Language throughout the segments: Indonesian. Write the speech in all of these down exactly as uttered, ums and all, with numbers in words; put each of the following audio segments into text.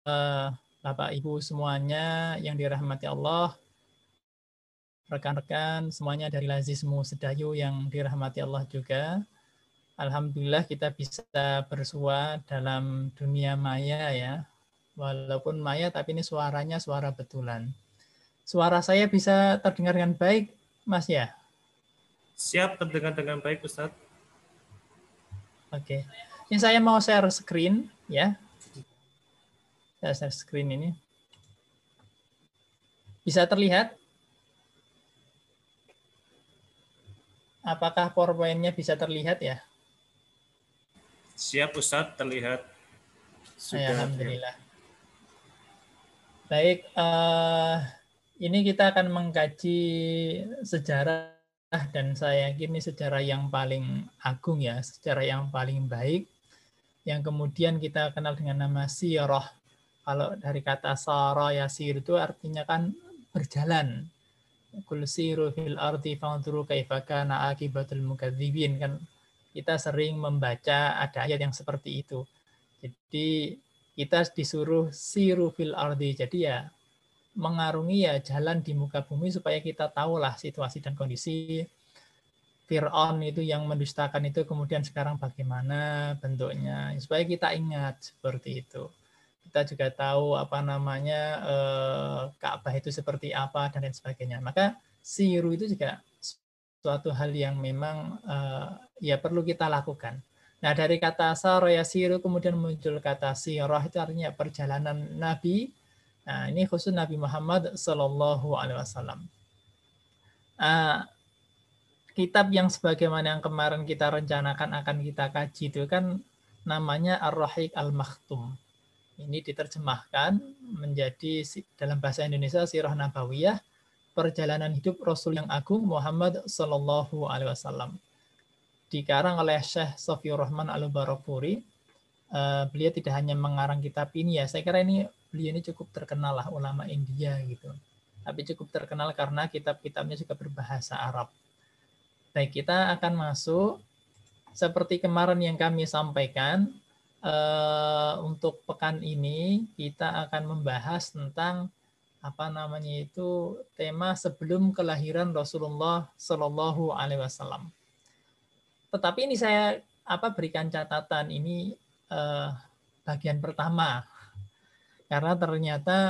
Bapak Ibu semuanya yang dirahmati Allah, rekan-rekan semuanya dari Lazismu Sedayu yang dirahmati Allah juga. Alhamdulillah kita bisa bersua dalam dunia maya ya. Walaupun maya tapi ini suaranya suara betulan. Suara saya bisa terdengar dengan baik, Mas ya? Siap, terdengar dengan baik, Ustadz. Oke. Ini saya mau share screen ya. Saya share screen ini. Bisa terlihat? Apakah PowerPoint-nya bisa terlihat ya? Siap, Ustadz, terlihat. Sudah Alhamdulillah. Baik, uh, ini kita akan mengkaji sejarah dan saya yakin ini sejarah yang paling agung ya, sejarah yang paling baik, yang kemudian kita kenal dengan nama sirah. Kalau dari kata sara yasir itu artinya kan berjalan. Kul siru fil ardi fanzuru kaifa kana akibatul mukadzibin, kan kita sering membaca ada ayat yang seperti itu. Jadi kita disuruh siru fil ardi, jadi ya mengarungi ya jalan di muka bumi supaya kita tahulah situasi dan kondisi Fir'aun itu yang mendustakan itu kemudian sekarang bagaimana bentuknya, supaya kita ingat seperti itu. Kita juga tahu apa namanya eh, Ka'bah itu seperti apa dan lain sebagainya. Maka siru itu juga suatu hal yang memang eh, ya perlu kita lakukan. Nah, dari kata sara yasiru kemudian muncul kata sirah, itu artinya perjalanan Nabi. Nah, ini khusus Nabi Muhammad Sallallahu Alaihi Wasallam. Uh, kitab yang sebagaimana yang kemarin kita rencanakan akan kita kaji itu kan namanya Ar-Rahiq Al-Makhtum. Ini diterjemahkan menjadi dalam bahasa Indonesia Sirah Nabawiyah, perjalanan hidup Rasul yang agung Muhammad Sallallahu Alaihi Wasallam. Dikarang oleh Syekh Sofiur Rahman Al-Barakfuri. Uh, beliau tidak hanya mengarang kitab ini ya, saya kira ini beliau ini cukup terkenal lah, ulama India gitu. Tapi cukup terkenal karena kitab-kitabnya juga berbahasa Arab. Baik, kita akan masuk seperti kemarin yang kami sampaikan. Uh, untuk pekan ini kita akan membahas tentang apa namanya itu tema sebelum kelahiran Rasulullah Shallallahu Alaihi Wasallam. Tetapi ini saya apa berikan catatan ini eh, bagian pertama karena ternyata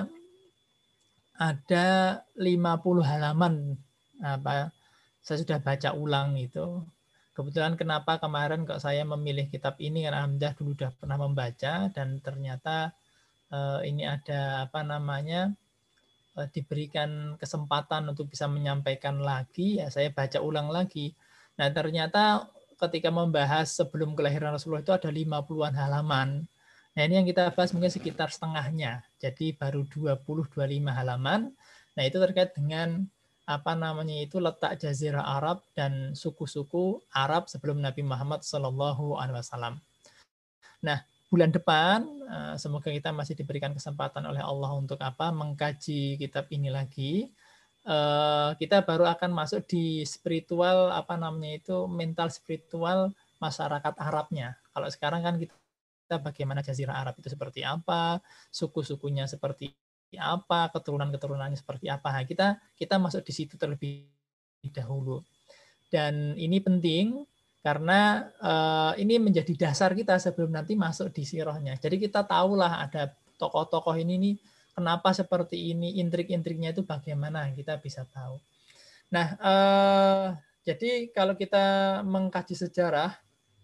ada lima puluh halaman apa saya sudah baca ulang itu. Kebetulan kenapa kemarin kok saya memilih kitab ini karena alhamdulillah dulu sudah pernah membaca dan ternyata eh, ini ada apa namanya eh, diberikan kesempatan untuk bisa menyampaikan lagi ya saya baca ulang lagi. Nah, ternyata ketika membahas sebelum kelahiran Rasulullah itu ada lima puluhan halaman. Nah, ini yang kita bahas mungkin sekitar setengahnya. Jadi baru dua puluh sampai dua puluh lima halaman. Nah, itu terkait dengan apa namanya itu letak Jazirah Arab dan suku-suku Arab sebelum Nabi Muhammad Shallallahu Alaihi Wasallam. Nah, bulan depan semoga kita masih diberikan kesempatan oleh Allah untuk apa mengkaji kitab ini lagi. Kita baru akan masuk di spiritual apa namanya itu mental spiritual masyarakat Arabnya. Kalau sekarang kan kita bagaimana Jazirah Arab itu seperti apa, suku-sukunya seperti apa, keturunan-keturunannya seperti apa. Nah, kita kita masuk di situ terlebih dahulu. Dan ini penting karena uh, ini menjadi dasar kita sebelum nanti masuk di sirahnya. Jadi kita tahulah ada tokoh-tokoh ini nih kenapa seperti ini, intrik-intriknya itu bagaimana kita bisa tahu. Nah, uh, jadi kalau kita mengkaji sejarah,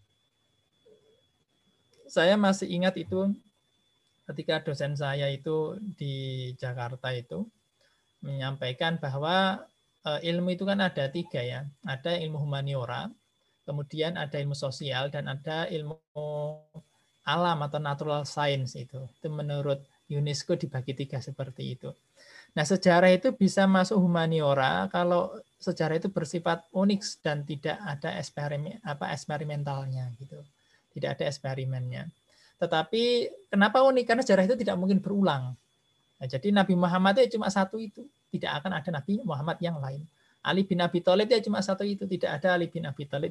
saya masih ingat itu ketika dosen saya itu di Jakarta itu menyampaikan bahwa uh, ilmu itu kan ada tiga ya, ada ilmu humaniora, kemudian ada ilmu sosial dan ada ilmu alam atau natural science itu. Itu menurut UNESCO dibagi tiga seperti itu. Nah, sejarah itu bisa masuk humaniora kalau sejarah itu bersifat unik dan tidak ada eksperimen apa eksperimentalnya gitu. Tidak ada eksperimennya. Tetapi kenapa unik? Karena sejarah itu tidak mungkin berulang. Nah, jadi Nabi Muhammad itu cuma satu itu, tidak akan ada Nabi Muhammad yang lain. Ali bin Abi Thalib itu cuma satu itu, tidak ada Ali bin Abi Thalib yang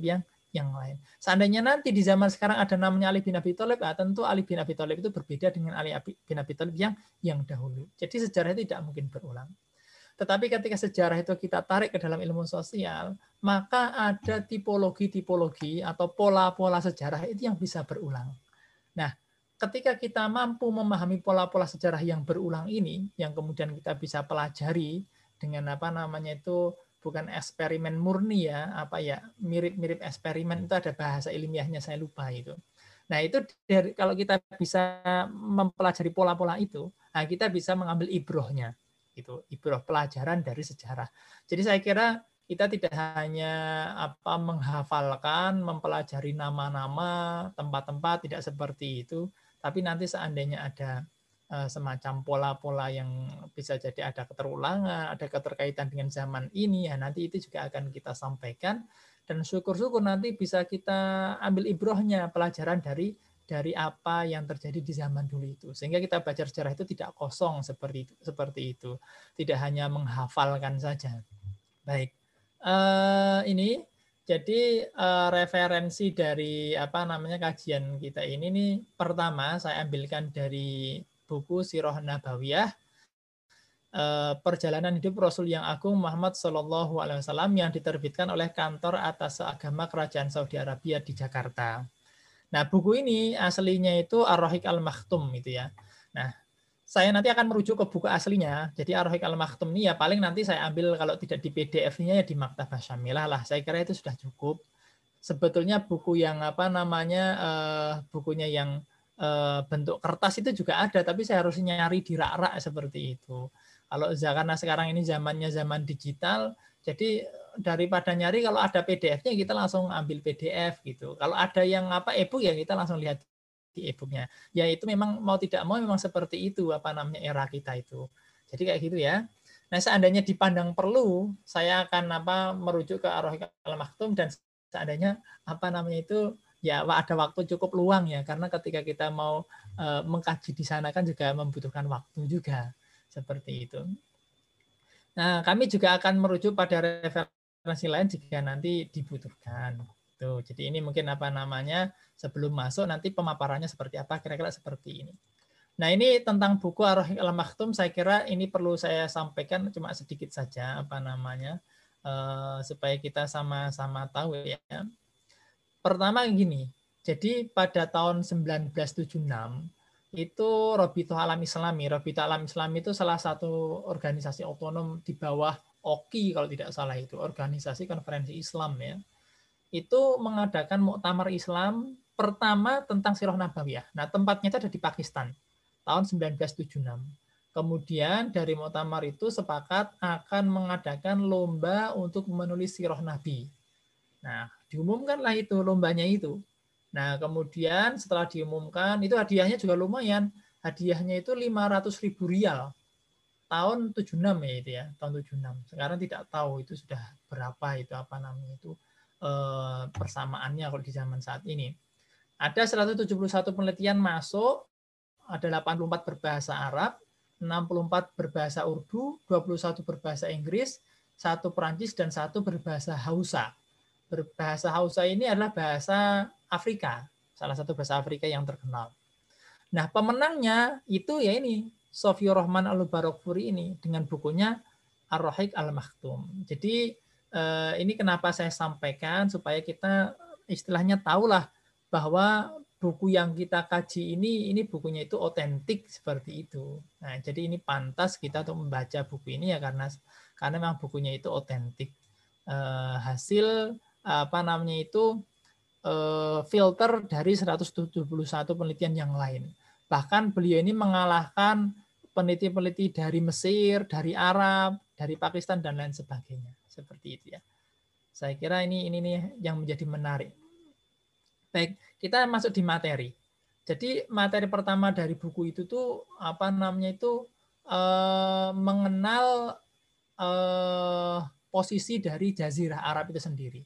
yang lain. Seandainya nanti di zaman sekarang ada namanya Ali bin Abi Thalib, nah tentu Ali bin Abi Thalib itu berbeda dengan Ali bin Abi Thalib yang yang dahulu. Jadi sejarah itu tidak mungkin berulang. Tetapi ketika sejarah itu kita tarik ke dalam ilmu sosial, maka ada tipologi-tipologi atau pola-pola sejarah itu yang bisa berulang. Nah, ketika kita mampu memahami pola-pola sejarah yang berulang ini, yang kemudian kita bisa pelajari dengan apa namanya itu bukan eksperimen murni ya, apa ya mirip-mirip eksperimen, itu ada bahasa ilmiahnya saya lupa itu. Nah itu dari, kalau kita bisa mempelajari pola-pola itu, nah kita bisa mengambil ibrohnya, itu ibroh pelajaran dari sejarah. Jadi saya kira kita tidak hanya apa menghafalkan, mempelajari nama-nama, tempat-tempat, tidak seperti itu, tapi nanti seandainya ada semacam pola-pola yang bisa jadi ada keterulangan, ada keterkaitan dengan zaman ini, ya nanti itu juga akan kita sampaikan, dan syukur-syukur nanti bisa kita ambil ibrohnya, pelajaran dari dari apa yang terjadi di zaman dulu itu, sehingga kita belajar sejarah itu tidak kosong seperti itu, seperti itu, tidak hanya menghafalkan saja. Baik, uh, ini jadi uh, referensi dari apa namanya kajian kita ini nih, pertama saya ambilkan dari buku Sirah Nabawiyah, uh, Perjalanan Hidup Rasul yang Agung Muhammad Shallallahu Alaihi Wasallam, yang diterbitkan oleh Kantor Atas Agama Kerajaan Saudi Arabia di Jakarta. Nah, buku ini aslinya itu Ar-Rahiq Al-Makhtum itu ya. Nah, saya nanti akan merujuk ke buku aslinya. Jadi Ar-Rahiq Al-Makhtum ini ya paling nanti saya ambil kalau tidak di P D F-nya ya di Maktabah Syamilah lah. Saya kira itu sudah cukup. Sebetulnya buku yang apa namanya uh, bukunya yang uh, bentuk kertas itu juga ada, tapi saya harus nyari di rak-rak seperti itu. Kalau karena sekarang ini zamannya zaman digital, jadi daripada nyari, kalau ada P D F-nya kita langsung ambil P D F gitu. Kalau ada yang apa e-book ya kita langsung lihat di e-booknya. Ya itu memang mau tidak mau memang seperti itu apa namanya era kita itu. Jadi kayak gitu ya. Nah, seandainya dipandang perlu, saya akan apa merujuk ke Ar-Rahiq Al-Makhtum, dan seandainya apa namanya itu ya ada waktu cukup luang ya, karena ketika kita mau e, mengkaji di sana kan juga membutuhkan waktu juga seperti itu. Nah, kami juga akan merujuk pada referensi lain jika nanti dibutuhkan. Tuh, jadi ini mungkin apa namanya sebelum masuk nanti pemaparannya seperti apa, kira-kira seperti ini. Nah, ini tentang buku Ar-Rahiq Al-Makhtum, saya kira ini perlu saya sampaikan cuma sedikit saja apa namanya eh, supaya kita sama-sama tahu ya. Pertama gini, jadi pada tahun seribu sembilan ratus tujuh puluh enam itu Rabithah Alam Islami. Rabithah Alam Islami itu salah satu organisasi otonom di bawah O K I kalau tidak salah, itu Organisasi Konferensi Islam ya. Itu mengadakan muktamar Islam pertama tentang Sirah Nabawiyah. Nah, tempatnya itu ada di Pakistan tahun seribu sembilan ratus tujuh puluh enam. Kemudian dari muktamar itu sepakat akan mengadakan lomba untuk menulis Sirah Nabi. Nah, diumumkanlah itu lombanya itu. Nah, kemudian setelah diumumkan, itu hadiahnya juga lumayan. Hadiahnya itu lima ratus ribu rial. Tahun tujuh puluh enam ya itu ya, tahun tujuh puluh enam. Sekarang tidak tahu itu sudah berapa itu apa namanya itu eh, persamaannya kalau di zaman saat ini. Ada seratus tujuh puluh satu penelitian masuk, ada delapan puluh empat berbahasa Arab, enam puluh empat berbahasa Urdu, dua puluh satu berbahasa Inggris, satu Perancis, dan satu berbahasa Hausa. Berbahasa Hausa ini adalah bahasa Afrika, salah satu bahasa Afrika yang terkenal. Nah, pemenangnya itu ya ini, Sofiur Rahman Al-Barakfuri ini dengan bukunya Ar-Rahiq Al-Makhtum. Jadi eh, ini kenapa saya sampaikan supaya kita istilahnya tahulah bahwa buku yang kita kaji ini ini bukunya itu otentik seperti itu. Nah, jadi ini pantas kita untuk membaca buku ini ya karena karena memang bukunya itu otentik. Eh, hasil apa namanya itu eh, filter dari seratus tujuh puluh satu penelitian yang lain. Bahkan beliau ini mengalahkan peneliti-peneliti dari Mesir, dari Arab, dari Pakistan dan lain sebagainya. Seperti itu ya. Saya kira ini ini nih yang menjadi menarik. Baik, kita masuk di materi. Jadi materi pertama dari buku itu tuh apa namanya itu eh, mengenal eh, posisi dari Jazirah Arab itu sendiri.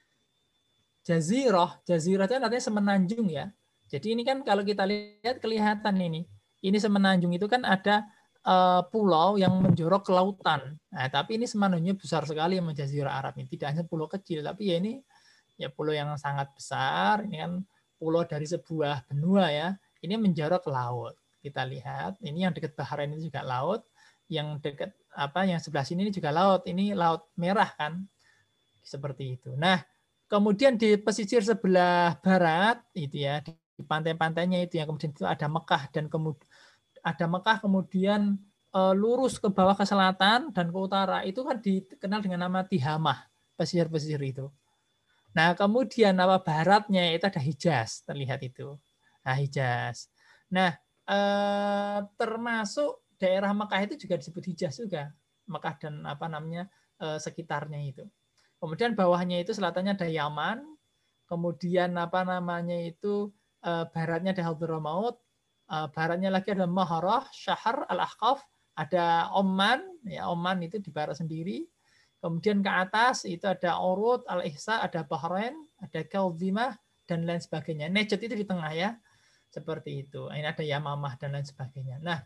Jazirah, Jazirah itu artinya semenanjung ya. Jadi ini kan kalau kita lihat kelihatan ini, ini semenanjung itu kan ada uh, pulau yang menjorok ke lautan. Nah, tapi ini semenanjungnya besar sekali sama Jazirah Arab ini. Tidak hanya pulau kecil, tapi ya ini ya pulau yang sangat besar, ini kan pulau dari sebuah benua ya, ini menjorok ke laut. Kita lihat, ini yang dekat Bahrain ini juga laut, yang dekat apa yang sebelah sini ini juga laut, ini laut merah kan, seperti itu. Nah, kemudian di pesisir sebelah barat itu ya, di pantai-pantainya itu yang kemudian itu ada Mekah dan kemudian ada Mekah kemudian e, lurus ke bawah ke selatan dan ke utara itu kan dikenal dengan nama Tihamah, pesisir-pesisir itu. Nah, kemudian nama baratnya itu ada Hijaz, terlihat itu. Nah, Hijaz. Nah, eh, termasuk daerah Mekah itu juga disebut Hijaz juga. Mekah dan apa namanya eh, sekitarnya itu. Kemudian bawahnya itu selatannya ada Yaman, kemudian apa namanya itu eh, baratnya ada Hadramaut, eh, baratnya lagi ada Maharah, Syahr, Al-Ahqaf, ada Oman, ya Oman itu di barat sendiri. Kemudian ke atas itu ada Urud, Al-Ihsa, ada Bahrain, ada Kaldimah, dan lain sebagainya. Najd itu di tengah ya. Seperti itu. Ini ada Yamamah dan lain sebagainya. Nah,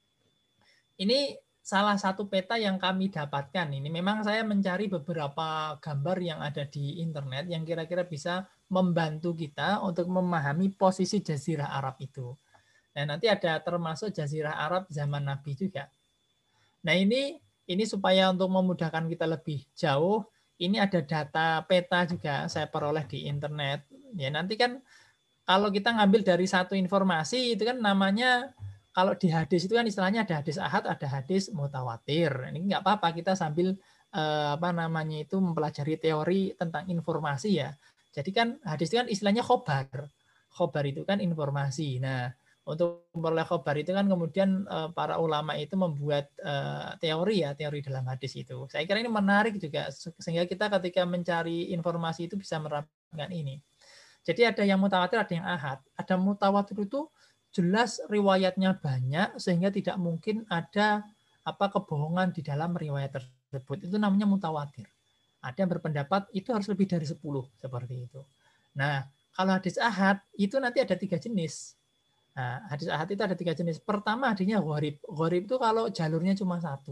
ini salah satu peta yang kami dapatkan. Ini memang saya mencari beberapa gambar yang ada di internet yang kira-kira bisa membantu kita untuk memahami posisi Jazirah Arab itu. Nah, nanti ada termasuk Jazirah Arab zaman Nabi juga. Nah, ini ini supaya untuk memudahkan kita lebih jauh, ini ada data peta juga saya peroleh di internet. Ya, nanti kan kalau kita ngambil dari satu informasi itu kan namanya kalau di hadis itu kan istilahnya ada hadis ahad, ada hadis mutawatir. Ini nggak apa-apa kita sambil eh, apa namanya itu mempelajari teori tentang informasi ya. Jadi kan hadis itu kan istilahnya khobar. Khobar itu kan informasi. Nah, untuk memperoleh khobar itu kan kemudian uh, para ulama itu membuat uh, teori ya, teori dalam hadis itu. Saya kira ini menarik juga, sehingga kita ketika mencari informasi itu bisa menerapkan ini. Jadi ada yang mutawatir, ada yang ahad. Ada mutawatir itu jelas riwayatnya banyak, sehingga tidak mungkin ada apa kebohongan di dalam riwayat tersebut. Itu namanya mutawatir. Ada yang berpendapat itu harus lebih dari sepuluh, seperti itu. Nah, kalau hadis ahad, itu nanti ada tiga jenis. Nah, hadis ahad itu ada tiga jenis. Pertama hadisnya gharib. Gharib itu kalau jalurnya cuma satu.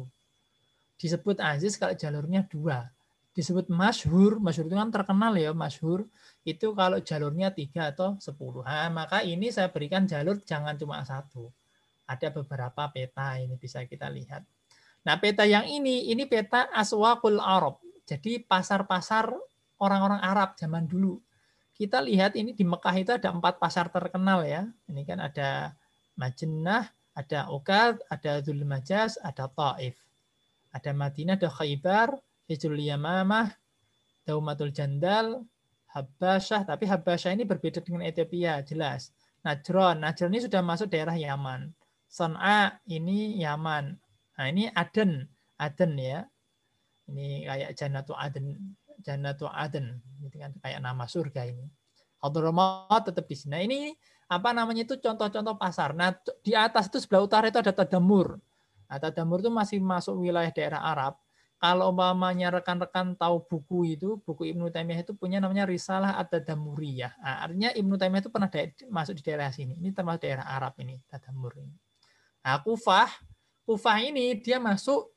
Disebut aziz kalau jalurnya dua. Disebut masyhur. Masyhur itu kan terkenal ya, masyhur. Itu kalau jalurnya tiga atau sepuluh. Nah, maka ini saya berikan jalur jangan cuma satu. Ada beberapa peta ini bisa kita lihat. Nah, peta yang ini, ini peta aswaqul Arab. Jadi pasar-pasar orang-orang Arab zaman dulu. Kita lihat ini di Mekah itu ada empat pasar terkenal ya. Ini kan ada Majennah, ada Uqad, ada Dzul Majas, ada Taif. Ada Madinah, ada Khaybar, Hijrul Yamamah, Daumatul Jandal, Habasyah. Tapi Habasyah ini berbeda dengan Ethiopia, jelas. Najran, Najran ini sudah masuk daerah Yaman. Son'a ini Yaman. Nah ini Aden, Aden ya. Ini kayak Jannatu Aden. Jannatu Aden, itu kan kayak nama surga ini. Hadramaut tetap di sini. Nah, ini apa namanya itu contoh-contoh pasar. Nah, di atas itu sebelah utara itu ada Tadamur. Nah, Tadamur itu masih masuk wilayah daerah Arab. Kalau umpamanya rekan-rekan tahu buku itu, buku Ibnu Taimiyah itu punya namanya Risalah At-Tadamuriyah. Nah, artinya Ibnu Taimiyah itu pernah masuk di daerah sini. Ini termasuk daerah Arab ini, Tadamur ini. Nah, Kufah, Kufah ini dia masuk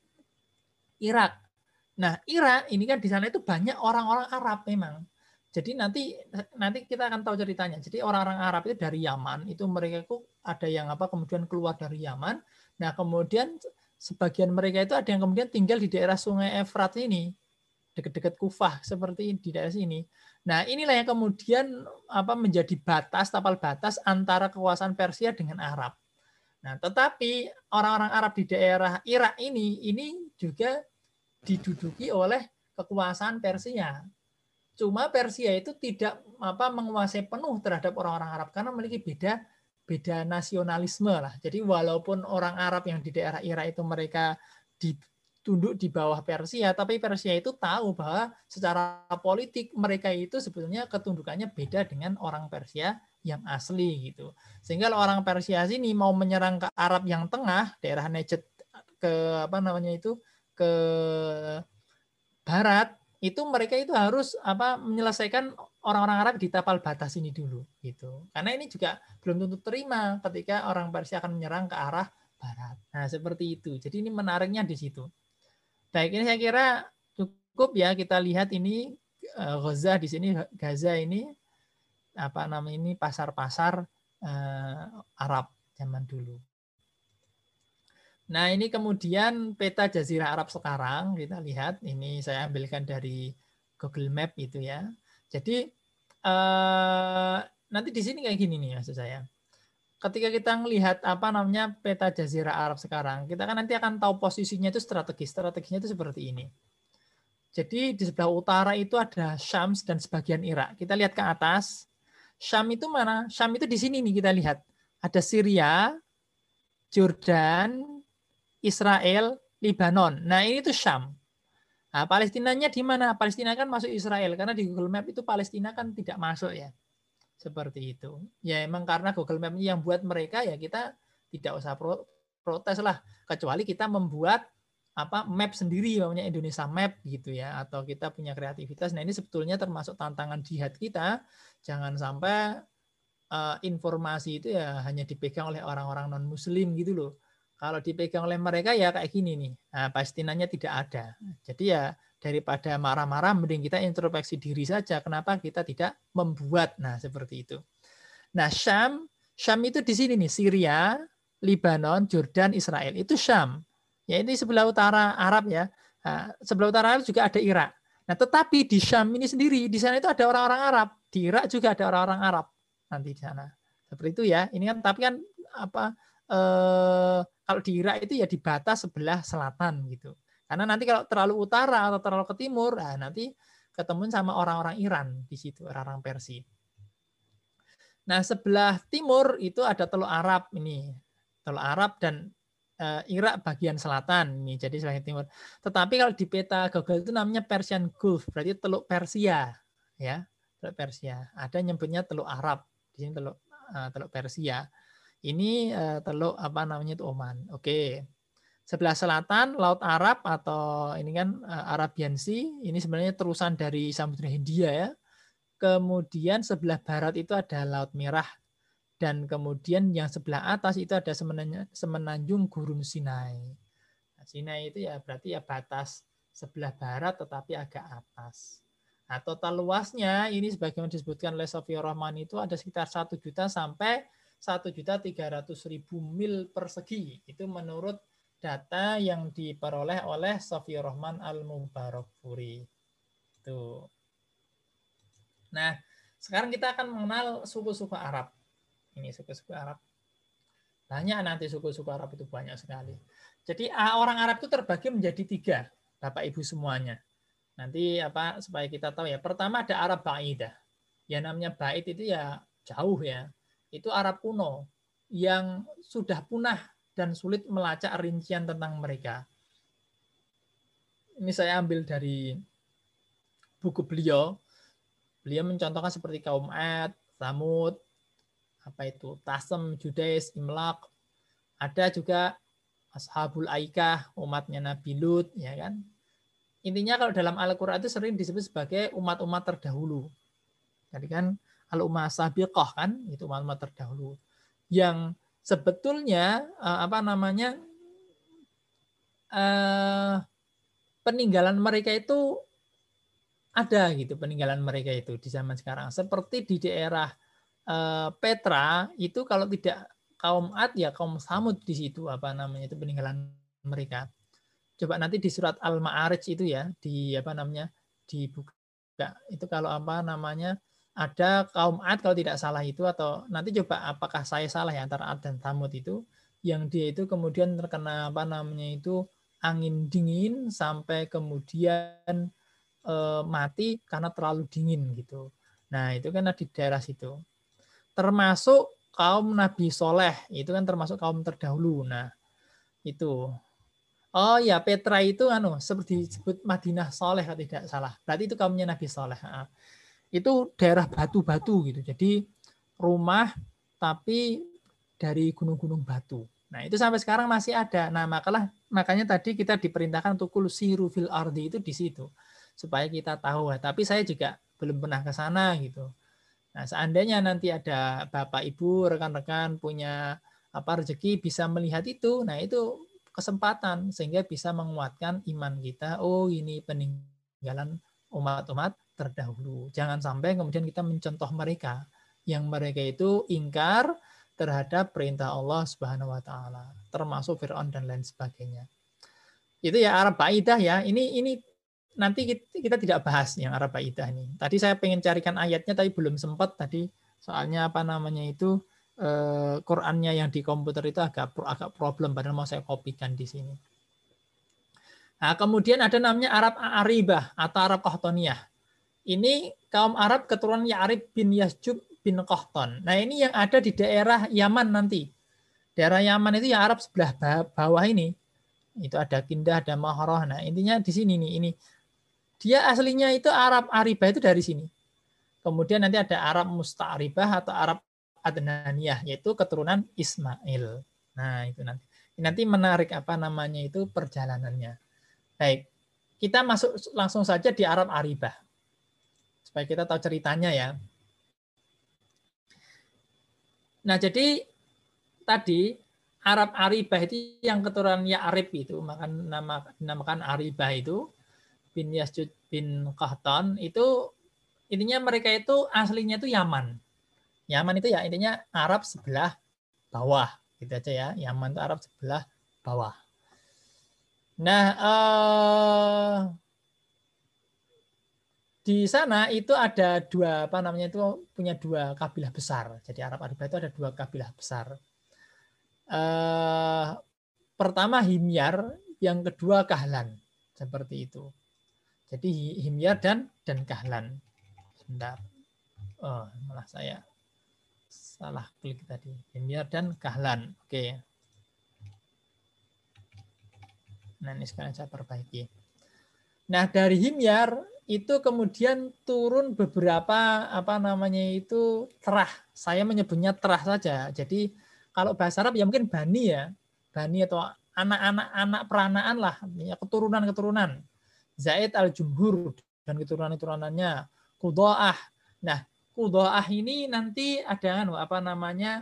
Irak. Nah, Irak ini kan di sana itu banyak orang-orang Arab memang. Jadi nanti nanti kita akan tahu ceritanya. Jadi orang-orang Arab itu dari Yaman, itu mereka itu ada yang apa kemudian keluar dari Yaman. Nah, kemudian sebagian mereka itu ada yang kemudian tinggal di daerah Sungai Efrat ini, dekat-dekat Kufah seperti di daerah sini. Nah, inilah yang kemudian apa menjadi batas, tapal batas antara kekuasaan Persia dengan Arab. Nah, tetapi orang-orang Arab di daerah Irak ini ini juga diduduki oleh kekuasaan Persia. Cuma Persia itu tidak apa menguasai penuh terhadap orang-orang Arab karena memiliki beda beda nasionalisme lah. Jadi walaupun orang Arab yang di daerah Irak itu mereka ditunduk di bawah Persia, tapi Persia itu tahu bahwa secara politik mereka itu sebetulnya ketundukannya beda dengan orang Persia yang asli gitu. Sehingga orang Persia sini mau menyerang ke Arab yang tengah, daerah Najd ke apa namanya itu ke barat, itu mereka itu harus apa menyelesaikan orang-orang Arab di tapal batas ini dulu gitu. Karena ini juga belum tentu terima ketika orang Persia akan menyerang ke arah barat. Nah, seperti itu. Jadi ini menariknya di situ. Baik, ini saya kira cukup ya kita lihat ini Gaza di sini, Gaza ini apa namanya ini pasar-pasar uh, Arab zaman dulu. Nah, ini kemudian peta Jazirah Arab sekarang kita lihat, ini saya ambilkan dari Google Map itu ya. Jadi uh, nanti di sini kayak gini nih maksud saya. Ketika kita melihat apa namanya peta Jazirah Arab sekarang, kita kan nanti akan tahu posisinya itu strategis. Strategisnya itu seperti ini. Jadi di sebelah utara itu ada Syam dan sebagian Irak. Kita lihat ke atas. Syam itu mana? Syam itu di sini nih kita lihat. Ada Syria, Jordan, Israel, Lebanon. Nah, ini tuh Syam. Nah, Palestinanya di mana? Palestina kan masuk Israel karena di Google Map itu Palestina kan tidak masuk ya. Seperti itu. Ya emang karena Google Map yang buat mereka ya kita tidak usah protes lah, kecuali kita membuat apa map sendiri namanya Indonesia Map gitu ya, atau kita punya kreativitas. Nah, ini sebetulnya termasuk tantangan jihad kita. Jangan sampai uh, informasi itu ya hanya dipegang oleh orang-orang non muslim gitu loh. Kalau dipegang oleh mereka ya kayak gini nih. Nah, Palestinanya tidak ada. Jadi ya daripada marah-marah mending kita introspeksi diri saja. Kenapa kita tidak membuat? Nah, seperti itu. Nah, Syam, Syam itu di sini nih, Syria, Lebanon, Jordan, Israel. Itu Syam. Ya, ini sebelah utara Arab ya. Nah, sebelah utara Arab juga ada Irak. Nah, tetapi di Syam ini sendiri, di sana itu ada orang-orang Arab. Di Irak juga ada orang-orang Arab nanti di sana. Seperti itu ya. Ini kan tapi kan apa eh, kalau di Irak itu ya di batas sebelah selatan gitu. Karena nanti kalau terlalu utara atau terlalu ke timur, nah nanti ketemu sama orang-orang Iran di situ, orang-orang Persia. Nah, sebelah timur itu ada Teluk Arab ini. Teluk Arab dan uh, Irak bagian selatan ini. Jadi sebagai timur. Tetapi kalau di peta Google itu namanya Persian Gulf, berarti Teluk Persia, ya. Teluk Persia. Ada nyebutnya Teluk Arab. Di sini Teluk uh, Teluk Persia. Ini uh, teluk apa namanya itu Oman. Oke. Sebelah selatan Laut Arab atau ini kan uh, Arabian Sea, ini sebenarnya terusan dari Samudra Hindia ya. Kemudian sebelah barat itu ada Laut Merah dan kemudian yang sebelah atas itu ada semenanjung Gurun Sinai. Nah, Sinai itu ya berarti ya batas sebelah barat tetapi agak atas. Nah, total luasnya ini sebagaimana disebutkan oleh Sofia Rahman itu ada sekitar satu juta sampai satu juta tiga ratus ribu mil persegi. Itu menurut data yang diperoleh oleh Sofia Rahman Al-Mubarakfuri. Itu. Nah, sekarang kita akan mengenal suku-suku Arab. Ini suku-suku Arab. Banyak nanti suku-suku Arab itu banyak sekali. Jadi orang Arab itu terbagi menjadi tiga, Bapak Ibu semuanya. Nanti apa supaya kita tahu ya. Pertama ada Arab Ba'idah. Ya namanya Ba'id itu ya jauh ya. Itu Arab kuno yang sudah punah dan sulit melacak rincian tentang mereka. Ini saya ambil dari buku beliau. Beliau mencontohkan seperti kaum Ad, Tsamud, apa itu, Tasem, Judais, Imlaq. Ada juga Ashabul Aikah, umatnya Nabi Lut, ya kan. Intinya kalau dalam Al-Qur'an itu sering disebut sebagai umat-umat terdahulu. Jadi kan al-ummah sabiqah kan, itu umat-umat terdahulu. Yang sebetulnya apa namanya eh, peninggalan mereka itu ada gitu, peninggalan mereka itu di zaman sekarang. Seperti di daerah eh, Petra itu kalau tidak kaum Ad ya kaum Samud di situ apa namanya itu peninggalan mereka. Coba nanti di surat Al-Ma'arij itu ya di apa namanya dibuka itu kalau apa namanya ada kaum Ad kalau tidak salah itu atau nanti coba apakah saya salah ya antara Ad dan Samud itu yang dia itu kemudian terkena apa namanya itu angin dingin sampai kemudian e, mati karena terlalu dingin gitu. Nah itu kan di daerah situ. Termasuk kaum Nabi Soleh itu kan termasuk kaum terdahulu. Nah itu. Oh ya Petra itu anu seperti disebut Madinah Soleh kalau tidak salah. Berarti itu kaumnya Nabi Soleh. Itu daerah batu-batu gitu. Jadi rumah tapi dari gunung-gunung batu. Nah, itu sampai sekarang masih ada. Nah, makalah makanya tadi kita diperintahkan untuk kul siru fil ardi itu di situ supaya kita tahu. Tapi saya juga belum pernah ke sana gitu. Nah, seandainya nanti ada Bapak Ibu, rekan-rekan punya apa rezeki bisa melihat itu, nah itu kesempatan sehingga bisa menguatkan iman kita. Oh, ini peninggalan umat-umat terdahulu. Jangan sampai kemudian kita mencontoh mereka yang mereka itu ingkar terhadap perintah Allah Subhanahu wa taala, termasuk Firaun dan lain sebagainya. Itu ya Arab Baidah ya. Ini ini nanti kita tidak bahas yang Arab Baidah ini. Tadi saya pengen carikan ayatnya tapi belum sempat tadi. Soalnya apa namanya itu eh, Qur'annya yang di komputer itu agak agak problem padahal mau saya kopikan di sini. Nah, kemudian ada namanya Arab Aribah atau Arab Qahtoniyah. Ini kaum Arab keturunan Ya'rib bin Yasjub bin Qahton. Nah, ini yang ada di daerah Yaman nanti. Daerah Yaman itu yang Arab sebelah bawah ini. Itu ada Kindah, ada Mahrah. Nah, intinya di sini nih, ini. Dia aslinya itu Arab Aribah itu dari sini. Kemudian nanti ada Arab Musta'ribah atau Arab Adnaniyah, yaitu keturunan Ismail. Nah, itu nanti. Nanti menarik apa namanya itu perjalanannya. Baik, kita masuk langsung saja di Arab Aribah. Supaya kita tahu ceritanya ya. Nah, jadi tadi Arab Aribah itu yang keturunan Ya'rib itu, maka nama dinamakan Aribah itu bin Yasjud bin Qahton itu intinya mereka itu aslinya itu Yaman. Yaman itu ya intinya Arab sebelah bawah, gitu aja ya. Yaman itu Arab sebelah bawah. Nah, eh, di sana itu ada dua apa namanya itu punya dua kabilah besar. Jadi Arab Aribah itu ada dua kabilah besar. Eh, pertama Himyar, yang kedua Kahlan, seperti itu. Jadi Himyar dan dan Kahlan. Sebentar. Oh, malah saya salah klik tadi. Himyar dan Kahlan. Oke. Nah, ini sekarang saya perbaiki. Nah, dari Himyar itu kemudian turun beberapa apa namanya itu terah. Saya menyebutnya terah saja. Jadi kalau bahasa Arab ya mungkin bani ya. Bani atau anak-anak anak peranaan lah, ya keturunan-keturunan. Zaid al-Jumhur dan keturunan-keturunannya. Qudha'ah. Nah, Qudha'ah ini nanti ada apa namanya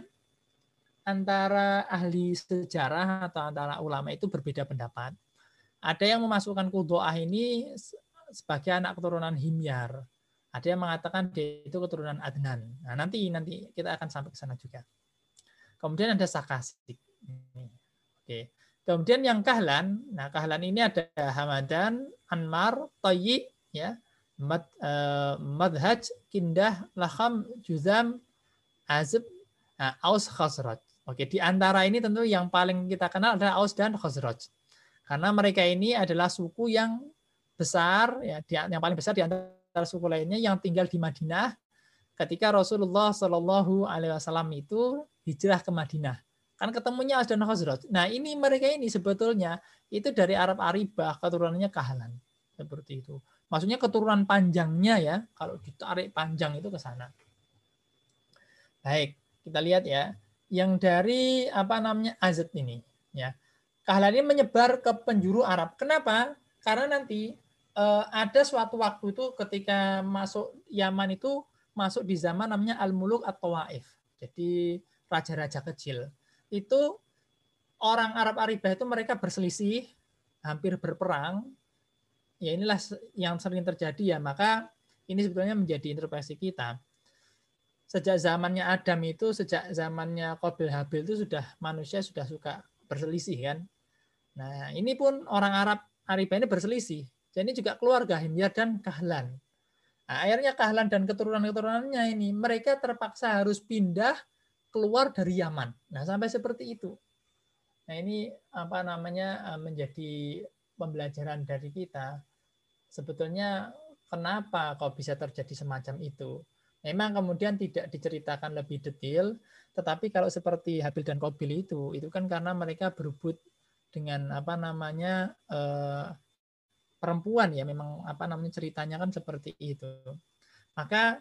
antara ahli sejarah atau antara ulama itu berbeda pendapat. Ada yang memasukkan Qudha'ah ini sebagai anak keturunan Himyar. Ada yang mengatakan dia itu keturunan Adnan. Nah, nanti nanti kita akan sampai ke sana juga. Kemudian ada Sakasik. Oke. Kemudian yang Kahlan, nah Kahlan ini ada Hamadan, Anmar, Tayyi, ya, Mad, uh, Madhaj, Kindah, Laham, Juzam, Azib, nah, Aus, Khazraj. Oke, di antara ini tentu yang paling kita kenal adalah Aus dan Khazraj. Karena mereka ini adalah suku yang besar, ya, yang paling besar di antara suku lainnya yang tinggal di Madinah ketika Rasulullah Shallallahu Alaihi Wasallam itu hijrah ke Madinah. Kan ketemunya Aus dan Khazraj. Nah, ini mereka ini sebetulnya itu dari Arab Aribah, keturunannya Kahlan. Seperti itu. Maksudnya keturunan panjangnya ya, kalau ditarik panjang itu ke sana. Baik, kita lihat ya. Yang dari apa namanya Azad ini, ya. Kahlan ini menyebar ke penjuru Arab. Kenapa? Karena nanti eh, ada suatu waktu itu ketika masuk Yaman itu masuk di zaman namanya Al-Muluk At-Tawaif. Jadi raja-raja kecil. Itu orang Arab Aribah itu mereka berselisih, hampir berperang. Ya inilah yang sering terjadi ya. Maka ini sebetulnya menjadi introspeksi kita. Sejak zamannya Adam itu, sejak zamannya Qabil Habil itu sudah manusia sudah suka berselisih kan. Nah, ini pun orang Arab Aribah ini berselisih. Jadi juga keluarga Himyar dan Kahlan. Nah, akhirnya Kahlan dan keturunan-keturunannya ini mereka terpaksa harus pindah keluar dari Yaman. Nah, sampai seperti itu. Nah, ini apa namanya menjadi pembelajaran dari kita. Sebetulnya kenapa kok bisa terjadi semacam itu? Memang kemudian tidak diceritakan lebih detail, tetapi kalau seperti Habil dan Qabil itu, itu kan karena mereka berebut dengan apa namanya eh, perempuan ya, memang apa namanya ceritanya kan seperti itu. Maka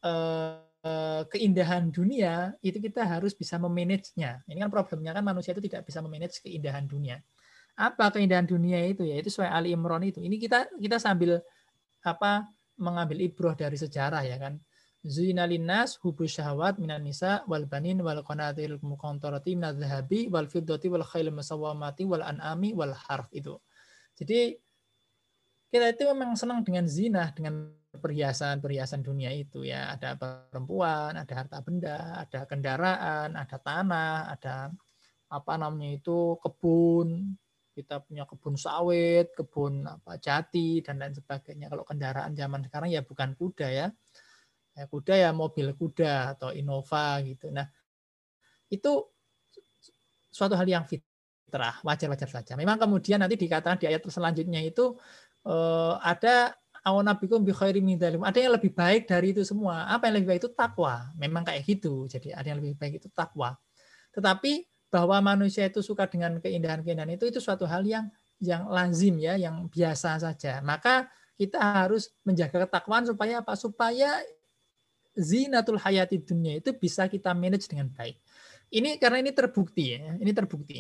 eh, keindahan dunia itu kita harus bisa memanagenya. Ini kan problemnya kan manusia itu tidak bisa memanage keindahan dunia. Apa keindahan dunia itu ya? Itu sesuai Ali Imran itu. Ini kita kita sambil apa mengambil ibroh dari sejarah ya kan. Zuyina linnas hubbu syahawat minan nisa wal banin wal qanatil muqantarati minadz zahabi wal fiddati wal khail musawwamati wal an'ami wal harf itu. Jadi kita itu memang senang dengan zina, dengan perhiasan-perhiasan dunia itu ya, ada perempuan, ada harta benda, ada kendaraan, ada tanah, ada apa namanya itu kebun, kita punya kebun sawit, kebun apa jati dan lain sebagainya. Kalau kendaraan zaman sekarang ya bukan kuda ya, ya kuda ya mobil kuda atau Innova gitu. Nah itu suatu hal yang fitrah, wajar-wajar saja. Memang kemudian nanti dikatakan di ayat selanjutnya itu eh, ada awanabikum bi khairi min dzalim. Ada yang lebih baik dari itu semua. Apa yang lebih baik itu takwa. Memang kayak gitu. Jadi ada yang lebih baik itu takwa. Tetapi bahwa manusia itu suka dengan keindahan-keindahan itu itu suatu hal yang yang lazim ya, yang biasa saja. Maka kita harus menjaga ketakwaan supaya apa? Supaya zinatul hayati dunia itu bisa kita manage dengan baik. Ini karena ini terbukti ya, ini terbukti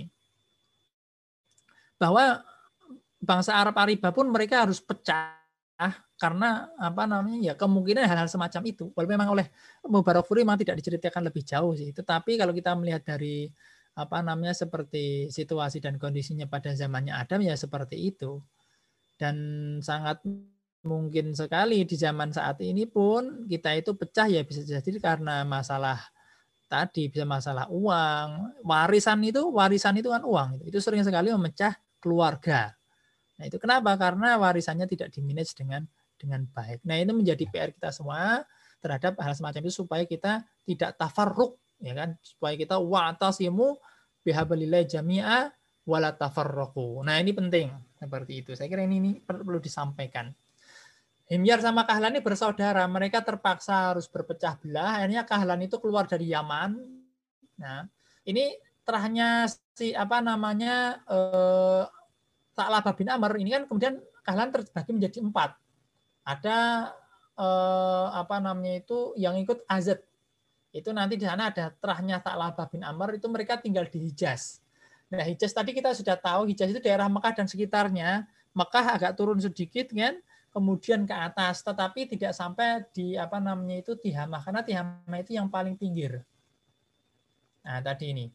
bahwa bangsa Arab Ariba pun mereka harus pecah karena apa namanya ya kemungkinan hal-hal semacam itu. Walaupun memang oleh Mubarakfuri memang tidak diceritakan lebih jauh sih. Tetapi kalau kita melihat dari apa namanya seperti situasi dan kondisinya pada zamannya Adam ya seperti itu. Dan sangat mungkin sekali di zaman saat ini pun kita itu pecah ya bisa jadi karena masalah tadi, bisa masalah uang, warisan itu warisan itu kan uang. Itu sering sekali memecah keluarga. Nah, itu kenapa? Karena warisannya tidak dimanage dengan dengan baik. Nah, itu menjadi P R kita semua terhadap hal semacam itu supaya kita tidak tafarruq, ya kan? Supaya kita wa'tasimu bihablillah jami'a wala tafarraqu. Nah, ini penting seperti itu. Saya kira ini, ini perlu disampaikan. Himyar sama Kahlan ini bersaudara, mereka terpaksa harus berpecah belah. Akhirnya Kahlan itu keluar dari Yaman. Nah, ini terahnya si apa namanya eh, Sa'labah bin Amr ini kan kemudian Kahlan terbagi menjadi empat. Ada eh, apa namanya itu yang ikut Azad. Itu nanti di sana ada terahnya Sa'labah bin Amr itu mereka tinggal di Hijaz. Nah, Hijaz tadi kita sudah tahu Hijaz itu daerah Mekah dan sekitarnya. Mekah agak turun sedikit kan, kemudian ke atas, tetapi tidak sampai di apa namanya itu Tihamah karena Tihamah itu yang paling pinggir. Nah, tadi ini.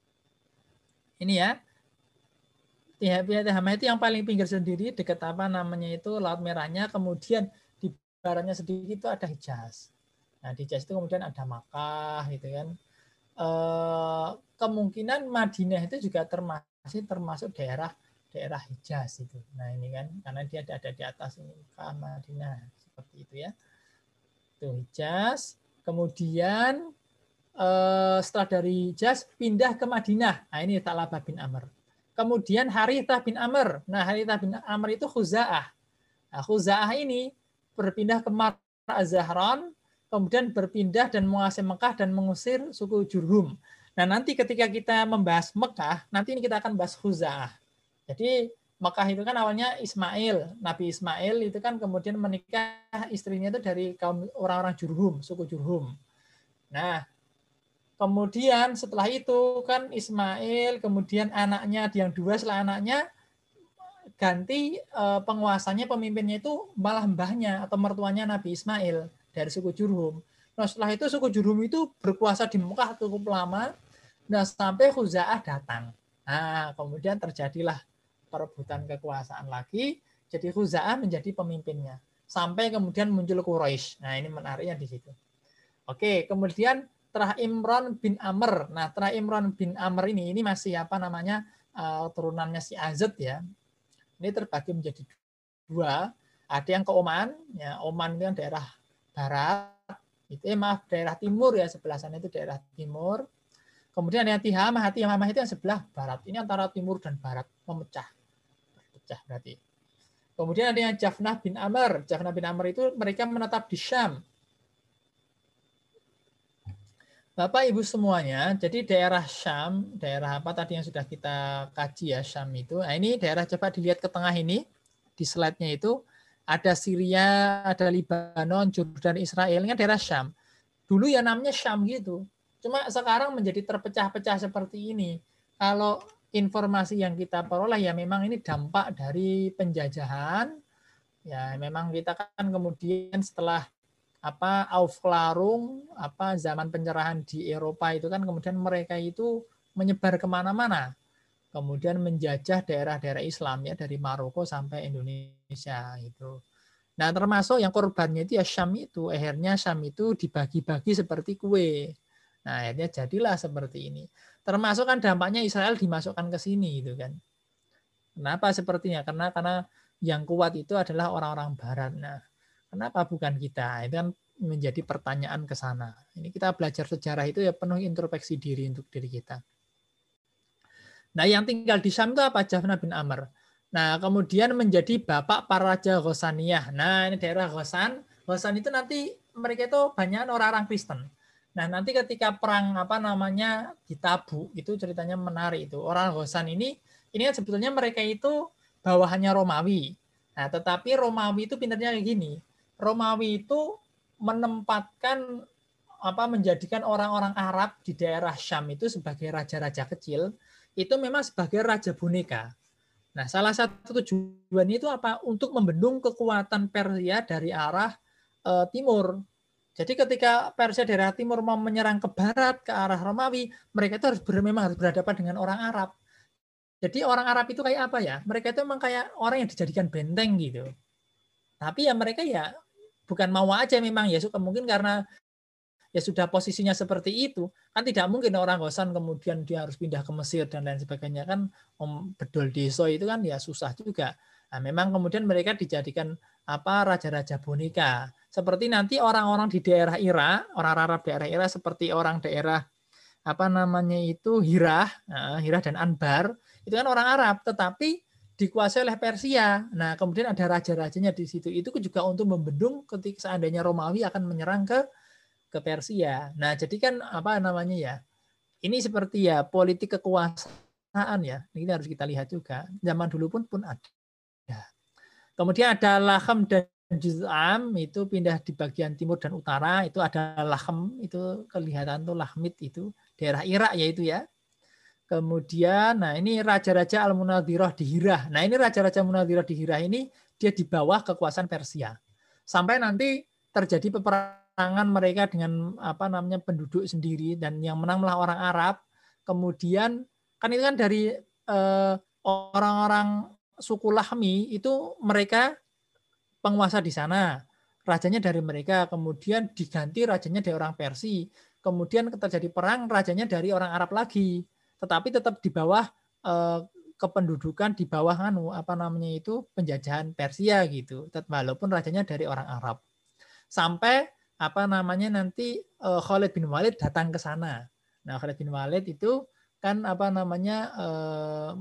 Ini ya. Tihamah itu yang paling pinggir sendiri dekat apa namanya itu Laut Merahnya, kemudian di baratnya sedikit itu ada Hijaz. Nah, di Hijaz itu kemudian ada Makkah gitu kan. E, kemungkinan Madinah itu juga termasuk termasuk daerah daerah Hijaz itu. Nah, ini kan karena dia ada, ada di atas ini Makkah, Madinah seperti itu ya. Itu Hijaz. Kemudian e, setelah dari Hijaz pindah ke Madinah. Nah, ini Sa'labah bin Amr. Kemudian Harithah bin Amr. Nah, Harithah bin Amr itu Khuza'ah. Nah, Khuza'ah ini berpindah ke Mar'a Az-Zahran, kemudian berpindah dan menguasai Mekah dan mengusir suku Jurhum. Nah, nanti ketika kita membahas Mekah, nanti ini kita akan bahas Khuza'ah. Jadi, Mekah itu kan awalnya Ismail. Nabi Ismail itu kan kemudian menikah istrinya itu dari kaum orang-orang Jurhum, suku Jurhum. Nah, kemudian setelah itu kan Ismail, kemudian anaknya yang dua setelah anaknya ganti penguasanya, pemimpinnya itu malah mbahnya atau mertuanya Nabi Ismail dari suku Jurhum. Nah setelah itu suku Jurhum itu berkuasa di Mekah cukup lama, nah sampai Khuza'ah datang. Nah kemudian terjadilah perebutan kekuasaan lagi, jadi Khuza'ah menjadi pemimpinnya. Sampai kemudian muncul Quraisy. Nah ini menariknya di situ. Oke, kemudian Terah Imran bin Amr. Nah, Terah Imran bin Amr ini ini masih apa namanya uh, turunannya si Azad ya. Ini terbagi menjadi dua. Ada yang ke Oman, ya Oman itu yang daerah barat. Itu eh, maaf daerah timur ya, sebelah sana itu daerah timur. Kemudian ada yang Tihamah, Tihamah itu yang sebelah barat. Ini antara timur dan barat memecah. Pecah berarti. Kemudian ada yang Jafnah bin Amr. Jafnah bin Amr itu mereka menetap di Syam. Bapak Ibu semuanya, jadi daerah Syam, daerah apa tadi yang sudah kita kaji ya Syam itu. Nah ini daerah coba dilihat ke tengah ini di slide-nya itu ada Syria, ada Libanon, Jordan, Israel, ini kan daerah Syam. Dulu ya namanya Syam gitu. Cuma sekarang menjadi terpecah-pecah seperti ini. Kalau informasi yang kita peroleh ya memang ini dampak dari penjajahan. Ya memang kita kan kemudian setelah apa Aufklärung, apa zaman penyerahan di Eropa itu kan kemudian mereka itu menyebar kemana-mana, kemudian menjajah daerah-daerah Islam ya dari Maroko sampai Indonesia itu. Nah, termasuk yang korbannya itu ya Syam itu. Akhirnya Syam itu dibagi-bagi seperti kue. Nah, akhirnya jadilah seperti ini. Termasuk kan dampaknya Israel dimasukkan ke sini gitu kan. Kenapa sepertinya? Karena karena yang kuat itu adalah orang-orang barat. Nah, kenapa bukan kita? Itu kan menjadi pertanyaan ke sana. Ini kita belajar sejarah itu ya penuh introspeksi diri untuk diri kita. Nah, yang tinggal di Syam itu apa? Jafna bin Amr. Nah, kemudian menjadi bapak para raja Ghosaniyah. Nah, ini daerah Ghosan. Ghosan itu nanti mereka itu banyak orang-orang Kristen. Nah, nanti ketika perang apa namanya di Tabuk, itu ceritanya menarik itu. Orang Ghosan ini, ini kan sebetulnya mereka itu bawahannya Romawi. Nah, tetapi Romawi itu pintarnya kayak gini. Romawi itu menempatkan apa menjadikan orang-orang Arab di daerah Syam itu sebagai raja-raja kecil, itu memang sebagai raja boneka. Nah, salah satu tujuan itu apa? Untuk membendung kekuatan Persia dari arah e, timur. Jadi ketika Persia daerah timur mau menyerang ke barat, ke arah Romawi, mereka itu harus ber, memang harus berhadapan dengan orang Arab. Jadi orang Arab itu kayak apa ya? Mereka itu memang kayak orang yang dijadikan benteng gitu. Tapi ya mereka ya bukan mau aja memang ya, mungkin karena ya sudah posisinya seperti itu, kan tidak mungkin orang Ghosan kemudian dia harus pindah ke Mesir dan lain sebagainya, kan Om Bedol Deso itu kan ya susah juga. Nah, memang kemudian mereka dijadikan apa raja-raja boneka. Seperti nanti orang-orang di daerah Irak, orang Arab daerah Irak seperti orang daerah apa namanya itu Hirah, nah, Hirah dan Anbar, itu kan orang Arab, tetapi dikuasai oleh Persia. Nah, kemudian ada raja-rajanya di situ. Itu juga untuk membendung ketika seandainya Romawi akan menyerang ke ke Persia. Nah, jadi kan apa namanya ya? Ini seperti ya politik kekuasaan ya. Ini harus kita lihat juga. Zaman dulu pun pun ada. Kemudian ada Lahem dan Juz'am itu pindah di bagian timur dan utara. Itu ada Lahem itu kelihatan tuh Lahmid itu daerah Irak yaitu ya. Kemudian nah ini raja-raja Al-Munadhirah di Hirah. Nah, ini raja-raja Munadhirah di Hirah ini dia di bawah kekuasaan Persia. Sampai nanti terjadi peperangan tangan mereka dengan apa namanya penduduk sendiri dan yang menang malah orang Arab. Kemudian kan itu kan dari eh, orang-orang suku Lahmi itu mereka penguasa di sana, rajanya dari mereka, kemudian diganti rajanya dari orang Persia, kemudian terjadi perang rajanya dari orang Arab lagi, tetapi tetap di bawah eh, kependudukan di bawah anu apa namanya itu penjajahan Persia gitu, walaupun rajanya dari orang Arab. Sampai apa namanya nanti uh, Khalid bin Walid datang ke sana. Nah, Khalid bin Walid itu kan apa namanya uh,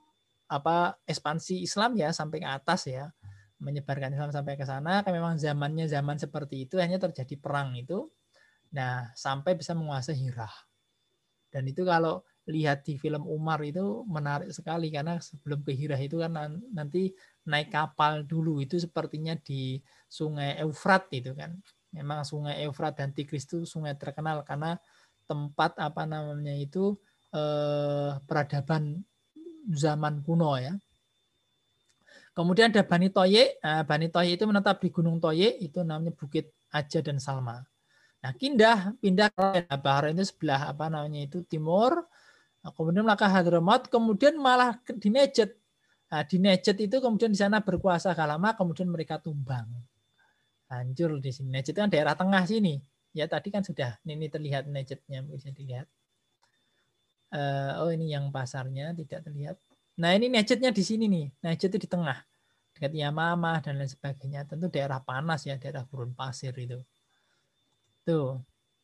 apa ekspansi Islam ya sampai ke atas ya, menyebarkan Islam sampai ke sana. Kan memang zamannya zaman seperti itu, hanya terjadi perang itu. Nah, sampai bisa menguasai Hirah. Dan itu kalau lihat di film Umar itu menarik sekali karena sebelum ke Hirah itu kan nanti naik kapal dulu itu sepertinya di Sungai Eufrat itu kan. Memang Sungai Eufrat dan Tigris itu sungai terkenal karena tempat apa namanya itu eh, peradaban zaman kuno ya. Kemudian ada Bani Toye. Nah, Bani Toye itu menetap di Gunung Toye, itu namanya Bukit Aja dan Salma. Nah, pindah pindah ke Bahrain itu sebelah apa namanya itu timur. Nah, kemudian melangkah Hadramaut, kemudian malah di Najd. Nah, di Najd itu kemudian di sana berkuasa gak lama, kemudian mereka tumbang. Hancur di sini. Najd itu kan daerah tengah sini. Ya tadi kan sudah ini terlihat Najdnya bisa dilihat. Uh, oh ini yang pasarnya tidak terlihat. Nah ini Najdnya di sini nih. Najd itu di tengah dekat Yamamah dan lain sebagainya. Tentu daerah panas ya, daerah gurun pasir itu. Tuh.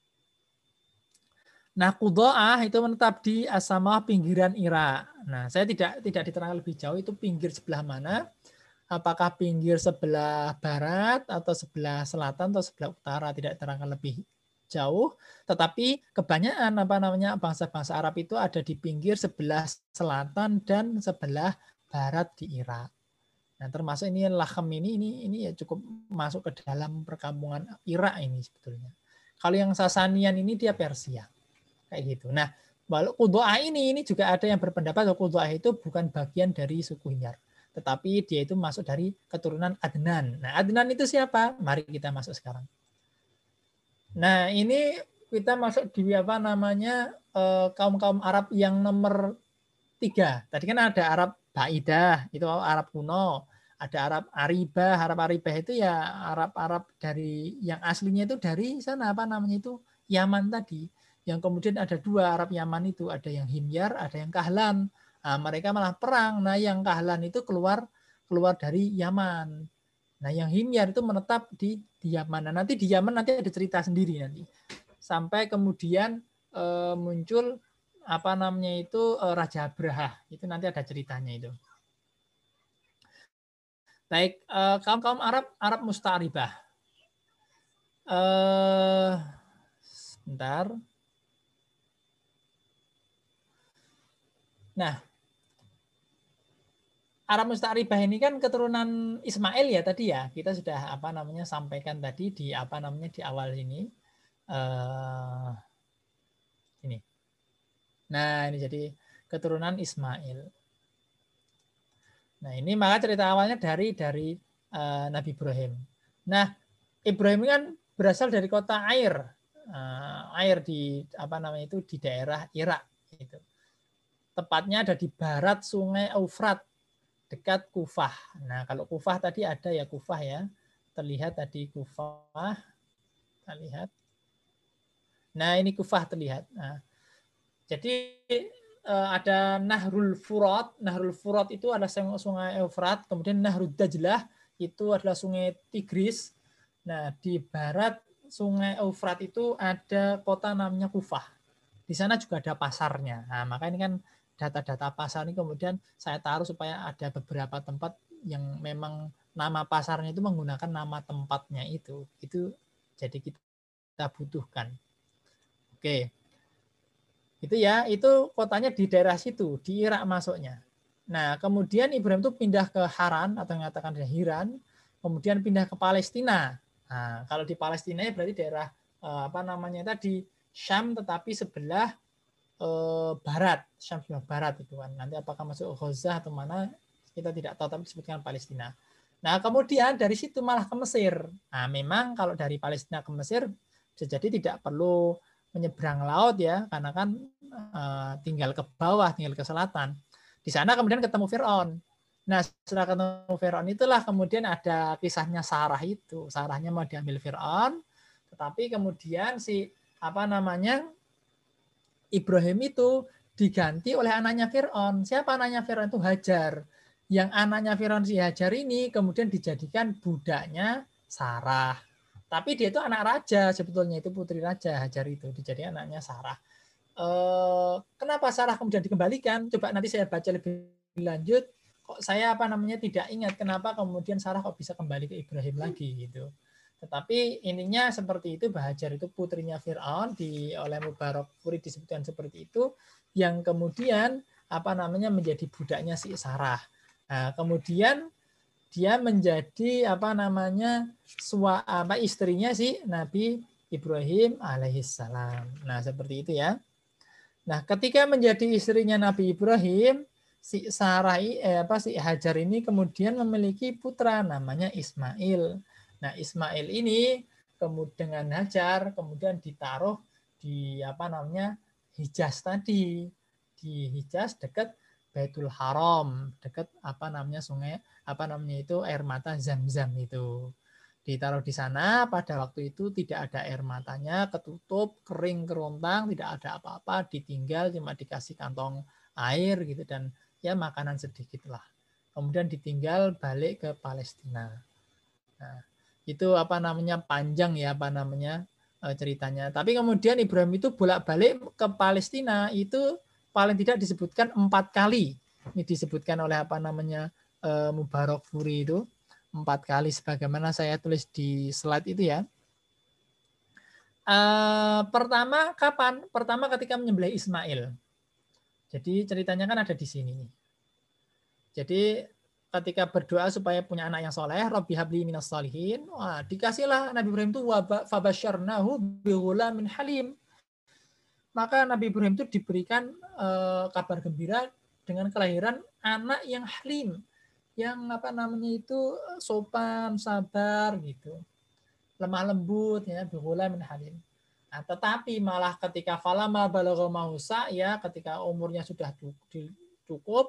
Nah Qudo'ah itu menetap di As-Samah pinggiran Irak. Nah saya tidak tidak diterangkan lebih jauh itu pinggir sebelah mana. Apakah pinggir sebelah barat atau sebelah selatan atau sebelah utara, tidak terangkan lebih jauh, tetapi kebanyakan apa namanya bangsa-bangsa Arab itu ada di pinggir sebelah selatan dan sebelah barat di Irak. Nah, termasuk ini Lahem ini ini ini ya cukup masuk ke dalam perkampungan Irak ini sebetulnya. Kalau yang Sasanian ini dia Persia. Kayak gitu. Nah, walau Qudo'ah ini ini juga ada yang berpendapat bahwa Qudo'ah itu bukan bagian dari suku Himyar, tetapi dia itu masuk dari keturunan Adnan. Nah, Adnan itu siapa? Mari kita masuk sekarang. Nah, ini kita masuk di apa namanya kaum-kaum Arab yang nomor tiga. Tadi kan ada Arab Baidah, itu Arab kuno. Ada Arab Aribah, Arab Aribah itu ya Arab-Arab dari yang aslinya itu dari sana apa namanya itu Yaman tadi. Yang kemudian ada dua Arab Yaman itu, ada yang Himyar, ada yang Kahlan. Nah, mereka malah perang. Nah, yang Kahlan itu keluar keluar dari Yaman. Nah, yang Himyar itu menetap di, di Yaman. Nah, nanti di Yaman nanti ada cerita sendiri nanti. Sampai kemudian e, muncul apa namanya itu e, Raja Abraha. Itu nanti ada ceritanya itu. Baik, eh, kaum-kaum Arab, Arab Musta'ribah. Eh, sebentar. Nah, Arab Musta'ribah ini kan keturunan Ismail ya tadi ya. Kita sudah apa namanya sampaikan tadi di apa namanya di awal ini. Eh, ini. Nah, ini jadi keturunan Ismail. Nah, ini maka cerita awalnya dari dari uh, Nabi Ibrahim. Nah, Ibrahim kan berasal dari kota Air, uh, Air di apa namanya itu di daerah Irak. Gitu. Tepatnya ada di barat Sungai Eufrat, dekat Kufah. Nah, kalau Kufah tadi ada ya Kufah ya, terlihat tadi Kufah, kita lihat. Nah, ini Kufah terlihat. Nah, jadi ada Nahrul Furat. Nahrul Furat itu adalah sungai Eufrat. Kemudian Nahrul Dajlah itu adalah sungai Tigris. Nah, di barat sungai Eufrat itu ada kota namanya Kufah. Di sana juga ada pasarnya. Nah, maka ini kan data-data pasar ini kemudian saya taruh supaya ada beberapa tempat yang memang nama pasarnya itu menggunakan nama tempatnya itu. Itu jadi kita butuhkan. Oke. Itu ya, itu kotanya di daerah situ, di Irak masuknya. Nah, kemudian Ibrahim itu pindah ke Haran atau mengatakan Hiran, kemudian pindah ke Palestina. Nah, kalau di Palestina ya berarti daerah apa namanya tadi Syam, tetapi sebelah eh, barat, Syam sebelah barat itu kan. Nanti apakah masuk Gaza atau mana kita tidak tahu, tapi disebutkan Palestina. Nah, kemudian dari situ malah ke Mesir. Nah, memang kalau dari Palestina ke Mesir bisa jadi tidak perlu menyeberang laut ya, karena kan uh, tinggal ke bawah, tinggal ke selatan. Di sana kemudian ketemu Fir'aun. Nah, setelah ketemu Fir'aun itulah kemudian ada kisahnya Sarah itu. Sarahnya mau diambil Fir'aun, tetapi kemudian si apa namanya Ibrahim itu diganti oleh anaknya Fir'aun. Siapa anaknya Fir'aun itu? Hajar. Yang anaknya Fir'aun si Hajar ini kemudian dijadikan budaknya Sarah. Tapi dia itu anak raja, sebetulnya itu putri raja, Hajar itu dijadikan anaknya Sarah. Eh, kenapa Sarah kemudian dikembalikan? Coba nanti saya baca lebih lanjut. Kok saya apa namanya tidak ingat kenapa kemudian Sarah kok bisa kembali ke Ibrahim lagi gitu. Tetapi ininya seperti itu, Hajar itu putrinya Fir'aun, di oleh Mubarakfuri disebutkan seperti itu, yang kemudian apa namanya menjadi budaknya si Sarah. Nah, kemudian dia menjadi apa namanya sua, apa istrinya si Nabi Ibrahim alaihissalam. Nah, seperti itu ya. Nah, ketika menjadi istrinya Nabi Ibrahim, si Sarah eh, apa si Hajar ini kemudian memiliki putra namanya Ismail. Nah, Ismail ini kemudian dengan Hajar kemudian ditaruh di apa namanya Hijaz tadi, di Hijaz dekat Baitul Haram, dekat apa namanya sungai apa namanya itu air mata Zam-Zam itu. Ditaruh di sana, pada waktu itu tidak ada air matanya, ketutup, kering, kerontang, tidak ada apa-apa, ditinggal cuma dikasih kantong air gitu dan ya makanan sedikit lah. Kemudian ditinggal balik ke Palestina. Nah, itu apa namanya panjang ya apa namanya ceritanya. Tapi kemudian Ibrahim itu bolak-balik ke Palestina itu paling tidak disebutkan empat kali. Ini disebutkan oleh apa namanya Mubarakfuri itu. Empat kali sebagaimana saya tulis di slide itu ya. Uh, pertama kapan? Pertama ketika menyembelih Ismail. Jadi ceritanya kan ada di sini. Jadi ketika berdoa supaya punya anak yang soleh, Rabbi habli minas solihin, wah, dikasihlah Nabi Ibrahim itu fabasyarnahu bighulamin halim. Maka Nabi Ibrahim itu diberikan uh, kabar gembira dengan kelahiran anak yang halim, yang apa namanya itu sopan, sabar gitu, lemah lembut ya, bighulamin halim. Nah, tetapi malah ketika falama balagha mausa ya, ketika umurnya sudah cukup,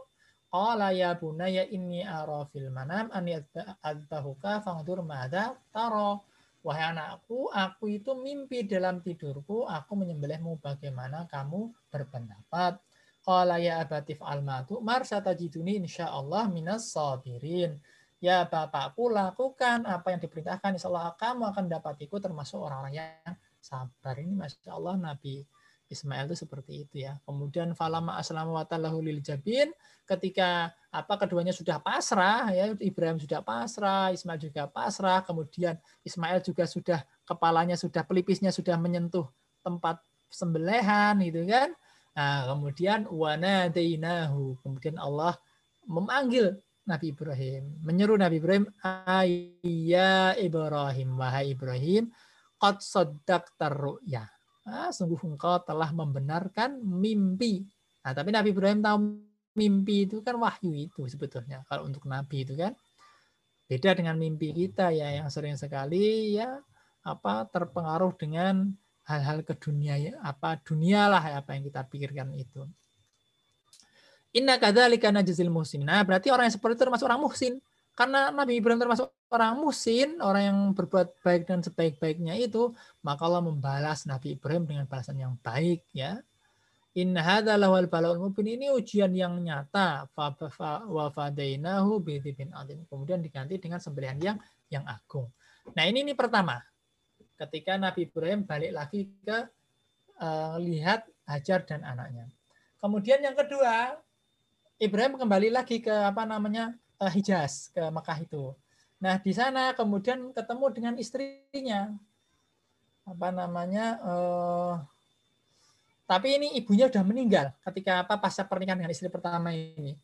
Qala ya bunayya inni ara fil manam an yadbahuka fangdur madza tara. Wahai anakku, aku itu mimpi dalam tidurku, aku menyembelihmu, bagaimana kamu berpendapat? Qala ya abatif al-matu mar satajiduni insyaallah minas sabirin. Ya bapakku, lakukan apa yang diperintahkan, insyaallah kamu akan dapatiku termasuk orang-orang yang sabar. Ini Masya Allah Nabi Ismail itu seperti itu ya. Kemudian falama aslamu wa tallahu lil jabin, ketika apa keduanya sudah pasrah ya, Ibrahim sudah pasrah, Ismail juga pasrah, kemudian Ismail juga sudah kepalanya sudah pelipisnya sudah menyentuh tempat sembelihan gitu kan. Nah, kemudian wanadainahu, kemudian Allah memanggil Nabi Ibrahim, menyeru Nabi Ibrahim, ayya Ibrahim, wahai Ibrahim, qad saddaqtar ru'ya. Nah, sungguh engkau telah membenarkan mimpi. Nah, tapi Nabi Ibrahim tahu mimpi itu kan wahyu itu sebetulnya. Kalau untuk Nabi itu kan beda dengan mimpi kita ya, yang sering sekali ya apa terpengaruh dengan hal-hal ke dunia apa dunia lah apa yang kita pikirkan itu. Inna kadzalika najzil muhsin. Nah, berarti orang yang seperti itu termasuk orang muhsin. Karena Nabi Ibrahim termasuk orang muhsin, orang yang berbuat baik dan sebaik-baiknya itu, maka Allah membalas Nabi Ibrahim dengan balasan yang baik ya. In hadza lawal balaul mubin, ini ujian yang nyata. Wa fadainahu bidzibin adzim. Kemudian diganti dengan sembelihan yang yang agung. Nah, ini ini pertama. Ketika Nabi Ibrahim balik lagi ke uh, lihat Hajar dan anaknya. Kemudian yang kedua, Ibrahim kembali lagi ke apa namanya uh, Hijaz, ke Mekah itu. Nah, di sana kemudian ketemu dengan istrinya. Apa namanya? Uh, tapi ini ibunya sudah meninggal ketika apa pasca pernikahan dengan istri pertama ini.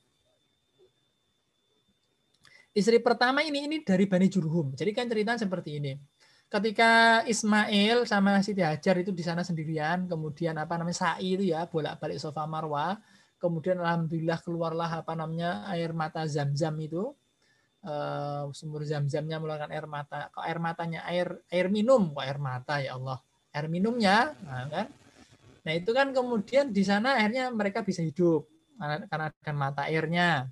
Istri pertama ini ini dari Bani Jurhum. Jadi kan cerita seperti ini. Ketika Ismail sama Siti Hajar itu di sana sendirian, kemudian apa namanya sa'i itu ya, bolak-balik Safa Marwah, kemudian alhamdulillah keluarlah apa namanya air mata Zam-Zam itu, uh, sumur Zam-Zamnya mengeluarkan air mata. Kok air matanya air air minum, kok air mata ya Allah, air minumnya, nah, kan? Nah itu kan kemudian di sana akhirnya mereka bisa hidup karena ada mata airnya.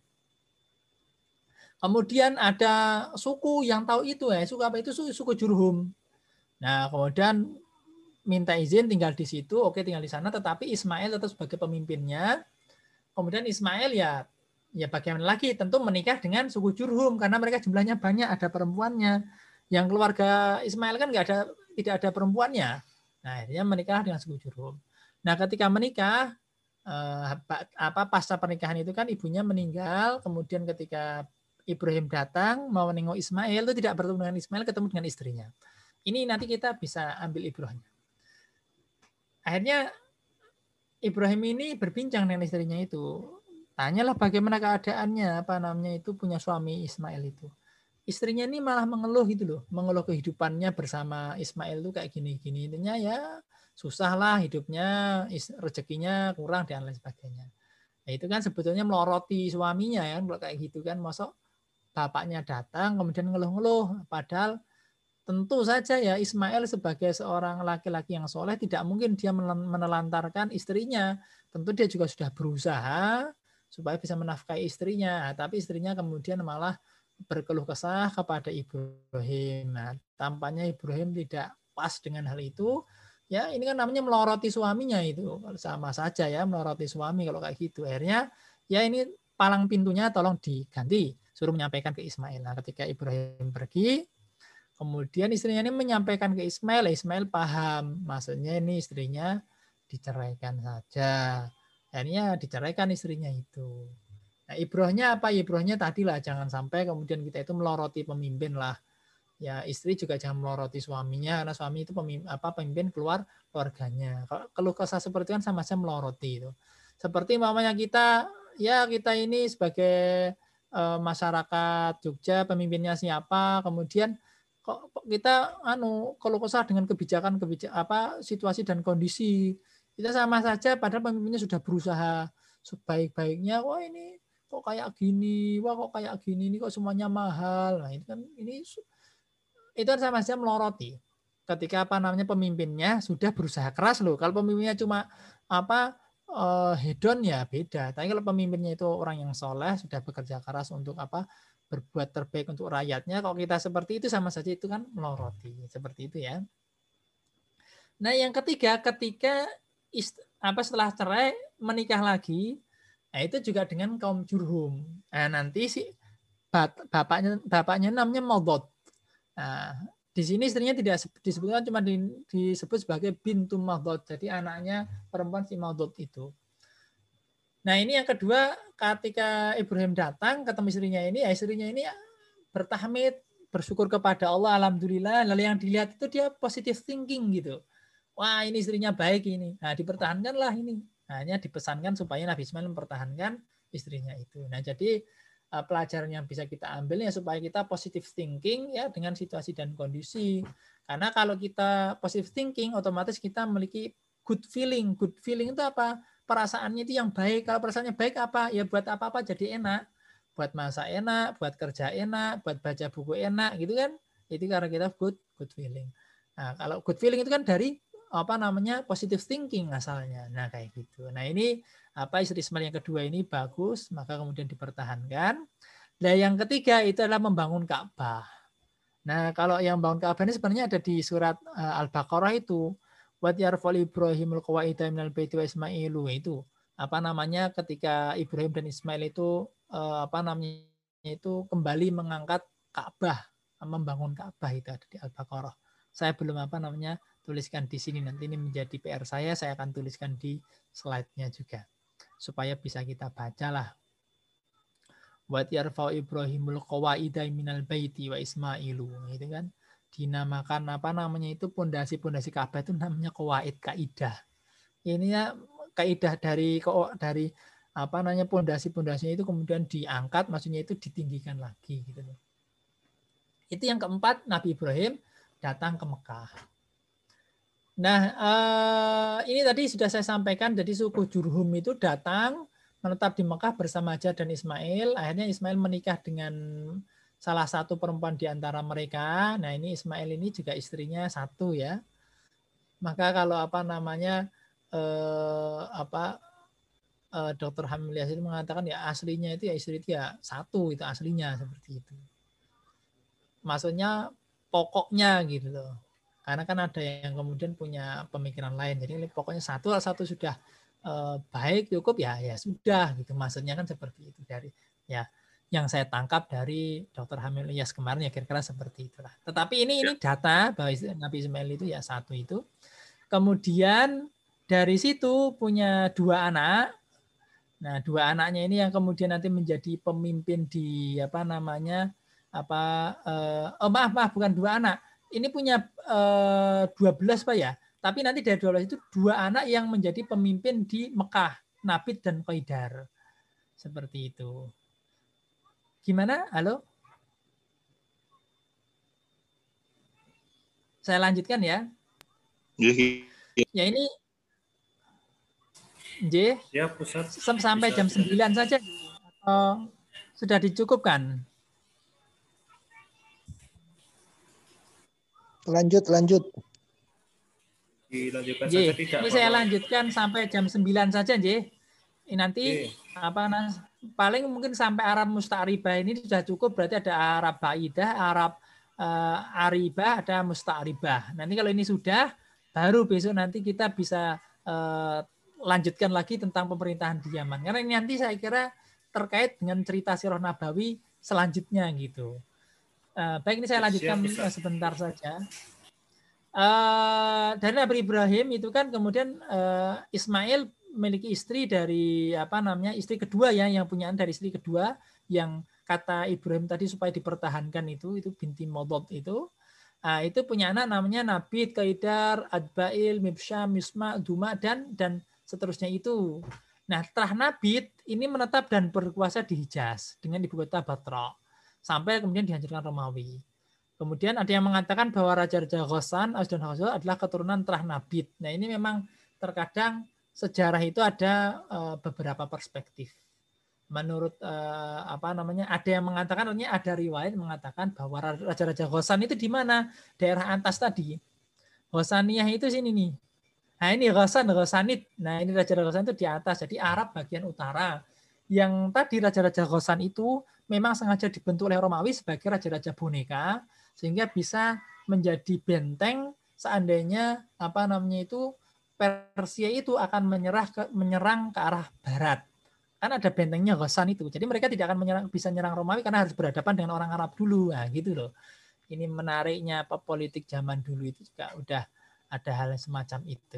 Kemudian ada suku yang tahu itu ya, suku apa itu suku, suku Jurhum. Nah kemudian minta izin tinggal di situ, oke tinggal di sana, tetapi Ismail tetap sebagai pemimpinnya. Kemudian Ismail ya ya bagaimana lagi, tentu menikah dengan suku Jurhum karena mereka jumlahnya banyak, ada perempuannya. Yang keluarga Ismail kan nggak ada, tidak ada perempuannya. Nah akhirnya menikah dengan suku Jurhum. Nah ketika menikah eh, apa pasca pernikahan itu kan ibunya meninggal, kemudian ketika Ibrahim datang mau menengok Ismail itu tidak bertemu dengan Ismail, ketemu dengan istrinya. Ini nanti kita bisa ambil ibrahnya. Akhirnya Ibrahim ini berbincang dengan istrinya itu. Tanyalah bagaimana keadaannya, apa namanya itu punya suami Ismail itu. Istrinya ini malah mengeluh gitu loh, mengeluh kehidupannya bersama Ismail itu kayak gini-gini. Intinya ya susah lah hidupnya, rezekinya kurang dan lain sebagainya. Nah itu kan sebetulnya meloroti suaminya ya, kalau kayak gitu kan, masuk bapaknya datang kemudian ngeluh-ngeluh, padahal tentu saja ya Ismail sebagai seorang laki-laki yang soleh tidak mungkin dia menelantarkan istrinya. Tentu dia juga sudah berusaha supaya bisa menafkahi istrinya, tapi istrinya kemudian malah berkeluh kesah kepada Ibrahim. Nah, tampaknya Ibrahim tidak pas dengan hal itu. Ya ini kan namanya meloroti suaminya itu, sama saja ya meloroti suami kalau kayak gitu. Akhirnya ya ini palang pintunya tolong diganti, suruh menyampaikan ke Ismail. Nah, ketika Ibrahim pergi, kemudian istrinya ini menyampaikan ke Ismail, Ismail paham, maksudnya ini istrinya diceraikan saja. Akhirnya diceraikan istrinya itu. Nah, ibrohnya apa? Ibrohnya tadi lah, jangan sampai kemudian kita itu meloroti pemimpin lah. Ya istri juga jangan meloroti suaminya, karena suami itu pemimpin, apa, pemimpin keluar keluarganya. Kalau keluh kesah seperti itu kan sama-sama meloroti itu. Seperti mamanya kita, ya kita ini sebagai eh, masyarakat Jogja, pemimpinnya siapa, kemudian kok kita anu kalau kesah dengan kebijakan kebijakan apa situasi dan kondisi kita sama saja padahal pemimpinnya sudah berusaha sebaik-baiknya, wah ini kok kayak gini, wah kok kayak gini, ini kok semuanya mahal. Nah itu kan ini itu sama saja meloroti ketika apa namanya pemimpinnya sudah berusaha keras loh. Kalau pemimpinnya cuma apa uh, hedon ya beda. Tapi kalau pemimpinnya itu orang yang soleh, sudah bekerja keras untuk apa berbuat terbaik untuk rakyatnya, kalau kita seperti itu sama saja itu kan meloroti. Seperti itu ya. Nah yang ketiga, ketika ist, apa setelah cerai menikah lagi, nah itu juga dengan kaum jurhum. Nah nanti si bapaknya bapaknya namanya Maudod. Nah, di sini istrinya tidak disebutkan, cuma di, disebut sebagai bintu Maudod. Jadi anaknya perempuan si Maudod itu. Nah ini yang kedua, ketika Ibrahim datang ketemu istrinya ini, ya istrinya ini bertahmid, bersyukur kepada Allah, alhamdulillah. Lalu yang dilihat itu dia positive thinking gitu. Wah ini istrinya baik ini. Nah dipertahankanlah ini. Hanya dipesankan supaya Nabi Ismail mempertahankan istrinya itu. Nah jadi pelajaran yang bisa kita ambil ya supaya kita positive thinking ya dengan situasi dan kondisi. Karena kalau kita positive thinking otomatis kita memiliki good feeling. Good feeling itu apa? Perasaannya itu yang baik. Kalau perasaannya baik apa? Ya buat apa-apa jadi enak. Buat masak enak, buat kerja enak, buat baca buku enak gitu kan. Itu karena kita good good feeling. Nah, kalau good feeling itu kan dari apa namanya positive thinking asalnya. Nah, kayak gitu. Nah, ini apa istri Ismail yang kedua ini bagus, maka kemudian dipertahankan. Nah, yang ketiga itu adalah membangun Ka'bah. Nah, kalau yang bangun Ka'bah ini sebenarnya ada di surat uh, Al-Baqarah itu. Wa yarfa'u Ibrahimul qawaida minal baiti wa Ismailu itu. Apa namanya ketika Ibrahim dan Ismail itu uh, apa namanya itu kembali mengangkat Ka'bah, membangun Ka'bah itu ada di Al-Baqarah. Saya belum apa namanya tuliskan di sini, nanti ini menjadi P R saya, saya akan tuliskan di slide-nya juga supaya bisa kita bacalah. Wa yarfa'u Ibrahimul qawaida minal baiti wa Ismailu, itu kan dinamakan apa namanya itu pondasi-pondasi Ka'bah itu namanya qawaid, kaidah. Ini ya kaidah dari dari apa namanya pondasi-pondasinya itu kemudian diangkat, maksudnya itu ditinggikan lagi gitu loh. Itu yang keempat, Nabi Ibrahim datang ke Mekah. Nah, eh, ini tadi sudah saya sampaikan, jadi suku Jurhum itu datang menetap di Mekah bersama Hajar dan Ismail. Akhirnya Ismail menikah dengan salah satu perempuan di antara mereka. Nah, ini Ismail ini juga istrinya satu ya. Maka kalau apa namanya eh, apa eh, Dokter Hamil Yasir mengatakan ya aslinya itu ya istri itu ya satu, itu aslinya seperti itu. Maksudnya pokoknya gitu loh. Karena kan ada yang kemudian punya pemikiran lain. Jadi pokoknya satu satu sudah eh, baik cukup ya ya sudah gitu. Maksudnya kan seperti itu dari ya yang saya tangkap dari Dokter Hamil Ilyas kemarin ya kira-kira seperti itulah. Tetapi ini ini data bahwa Nabi Ismail itu ya satu itu. Kemudian dari situ punya dua anak. Nah, dua anaknya ini yang kemudian nanti menjadi pemimpin di apa namanya apa eh, oh maaf maaf bukan dua anak. Ini punya eh, dua belas Pak ya. Tapi nanti dari dua belas itu dua anak yang menjadi pemimpin di Mekah, Nabit dan Qaidar. Seperti itu. Gimana? Halo? Saya lanjutkan ya. Ya ini J, ya, Pusat. sampai Bisa, jam bisa. sembilan saja. Oh, sudah dicukupkan? Lanjut, lanjut. Dilanjutkan J, saja tidak ini saya apa-apa. lanjutkan sampai jam sembilan saja, J. Ini nanti Oke. apa nas paling mungkin sampai Arab Musta'ribah ini sudah cukup, berarti ada Arab Ba'idah, Arab uh, Aribah, ada Musta'ribah. Nanti kalau ini sudah, baru besok nanti kita bisa uh, lanjutkan lagi tentang pemerintahan di Yaman. Karena ini nanti saya kira terkait dengan cerita Sirah Nabawi selanjutnya gitu. Uh, baik, ini saya lanjutkan Siap, sebentar saja. Uh, dari Nabi Ibrahim itu kan kemudian uh, Ismail memiliki istri dari apa namanya istri kedua ya yang punya dari istri kedua yang kata Ibrahim tadi supaya dipertahankan itu itu binti Maudod itu uh, itu punya anak namanya Nabit, Qaidar, Adbail, Mibsyam, Misma, Duma dan dan seterusnya itu. Nah setelah Nabit ini menetap dan berkuasa di Hijaz dengan ibu kota Batra sampai kemudian dihancurkan Romawi. Kemudian ada yang mengatakan bahwa Raja-Raja Ghassan, Aus dan Khosrau adalah keturunan Terah Nabit. Nah ini memang terkadang sejarah itu ada uh, beberapa perspektif. Menurut uh, apa namanya, ada yang mengatakan, ada riwayat mengatakan bahwa Raja-Raja Ghassan itu di mana? Daerah atas tadi. Ghassaniyah itu sini nih. Nah ini Ghasan, Ghasanid. Nah ini Raja Ghasan itu di atas. Jadi Arab bagian utara. Yang tadi Raja-Raja Ghasan itu memang sengaja dibentuk oleh Romawi sebagai Raja-Raja boneka. Sehingga bisa menjadi benteng seandainya apa namanya itu Persia itu akan menyerah ke, menyerang ke arah barat. Kan ada bentengnya Ghasan itu. Jadi mereka tidak akan menyerang, bisa menyerang Romawi karena harus berhadapan dengan orang Arab dulu. Nah gitu loh. Ini menariknya apa politik zaman dulu itu juga udah ada hal semacam itu.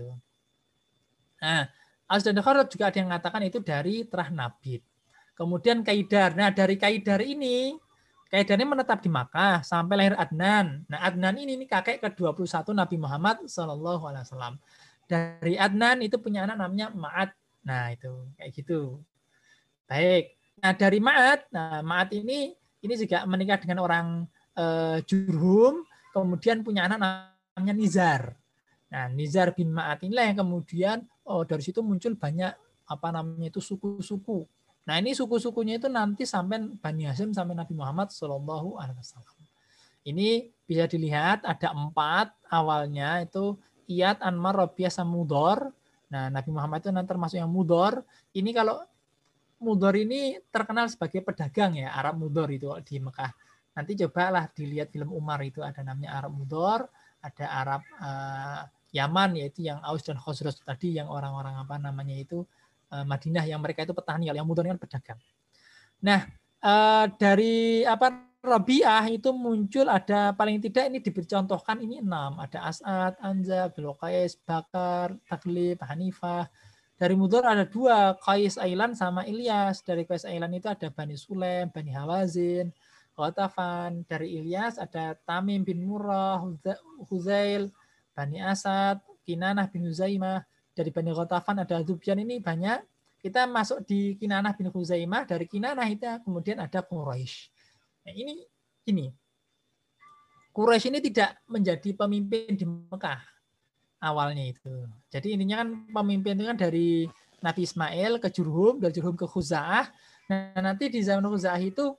Nah, Aus dan Khorod juga ada yang mengatakan itu dari Terah Nabit. Kemudian Kaidar. Nah, dari Kaidar ini, Kaidar ini menetap di Makkah sampai lahir Adnan. Nah, Adnan ini, ini kakek ke dua puluh satu Nabi Muhammad shallallahu alaihi wasallam. Dari Adnan itu punya anak namanya Ma'ad. Nah, itu kayak gitu. Baik. Nah, dari Ma'ad, nah Ma'ad ini ini juga menikah dengan orang eh, Jurhum, kemudian punya anak namanya Nizar. Nah, Nizar bin Ma'ad inilah yang kemudian oh dari situ muncul banyak apa namanya itu suku-suku. Nah, ini suku-sukunya itu nanti sampai Bani Hashim sampai Nabi Muhammad shallallahu alaihi wasallam. Ini bisa dilihat ada empat awalnya itu Iyad, Anmar, Rabi'ah, Samudor. Nah, Nabi Muhammad itu nanti termasuk yang Mudor. Ini kalau Mudor ini terkenal sebagai pedagang ya, Arab Mudor itu di Mekah. Nanti cobalah dilihat film Umar itu ada namanya Arab Mudor, ada Arab uh, Yaman yaitu yang Aus dan Khosroj tadi yang orang-orang apa namanya itu uh, Madinah yang mereka itu petani, yang Mudor kan pedagang. Nah, uh, dari apa Rabi'ah itu muncul ada paling tidak ini dicontohkan ini enam, ada As'ad, Anza, Abdul Qais, Bakar, Taglib, Hanifah. Dari Mudor ada dua, Qais Ailan sama Ilyas. Dari Qais Ailan itu ada Bani Sulaim, Bani Hawazin, Ghatafan. Dari Ilyas ada Tamim bin Murrah, Huzail, Bani Asad, Kinanah bin Huzaimah. Dari Bani Ghatafan ada Zubyan. Ini banyak. Kita masuk di Kinanah bin Huzaimah. Dari Kinanah itu kemudian ada Quraisy. Nah, ini ini Quraisy ini tidak menjadi pemimpin di Mekah awalnya itu. Jadi intinya kan pemimpin itu kan dari Nabi Ismail ke Jurhum, dari Jurhum ke Khuza'ah. Nah, nanti di zaman Khuza'ah itu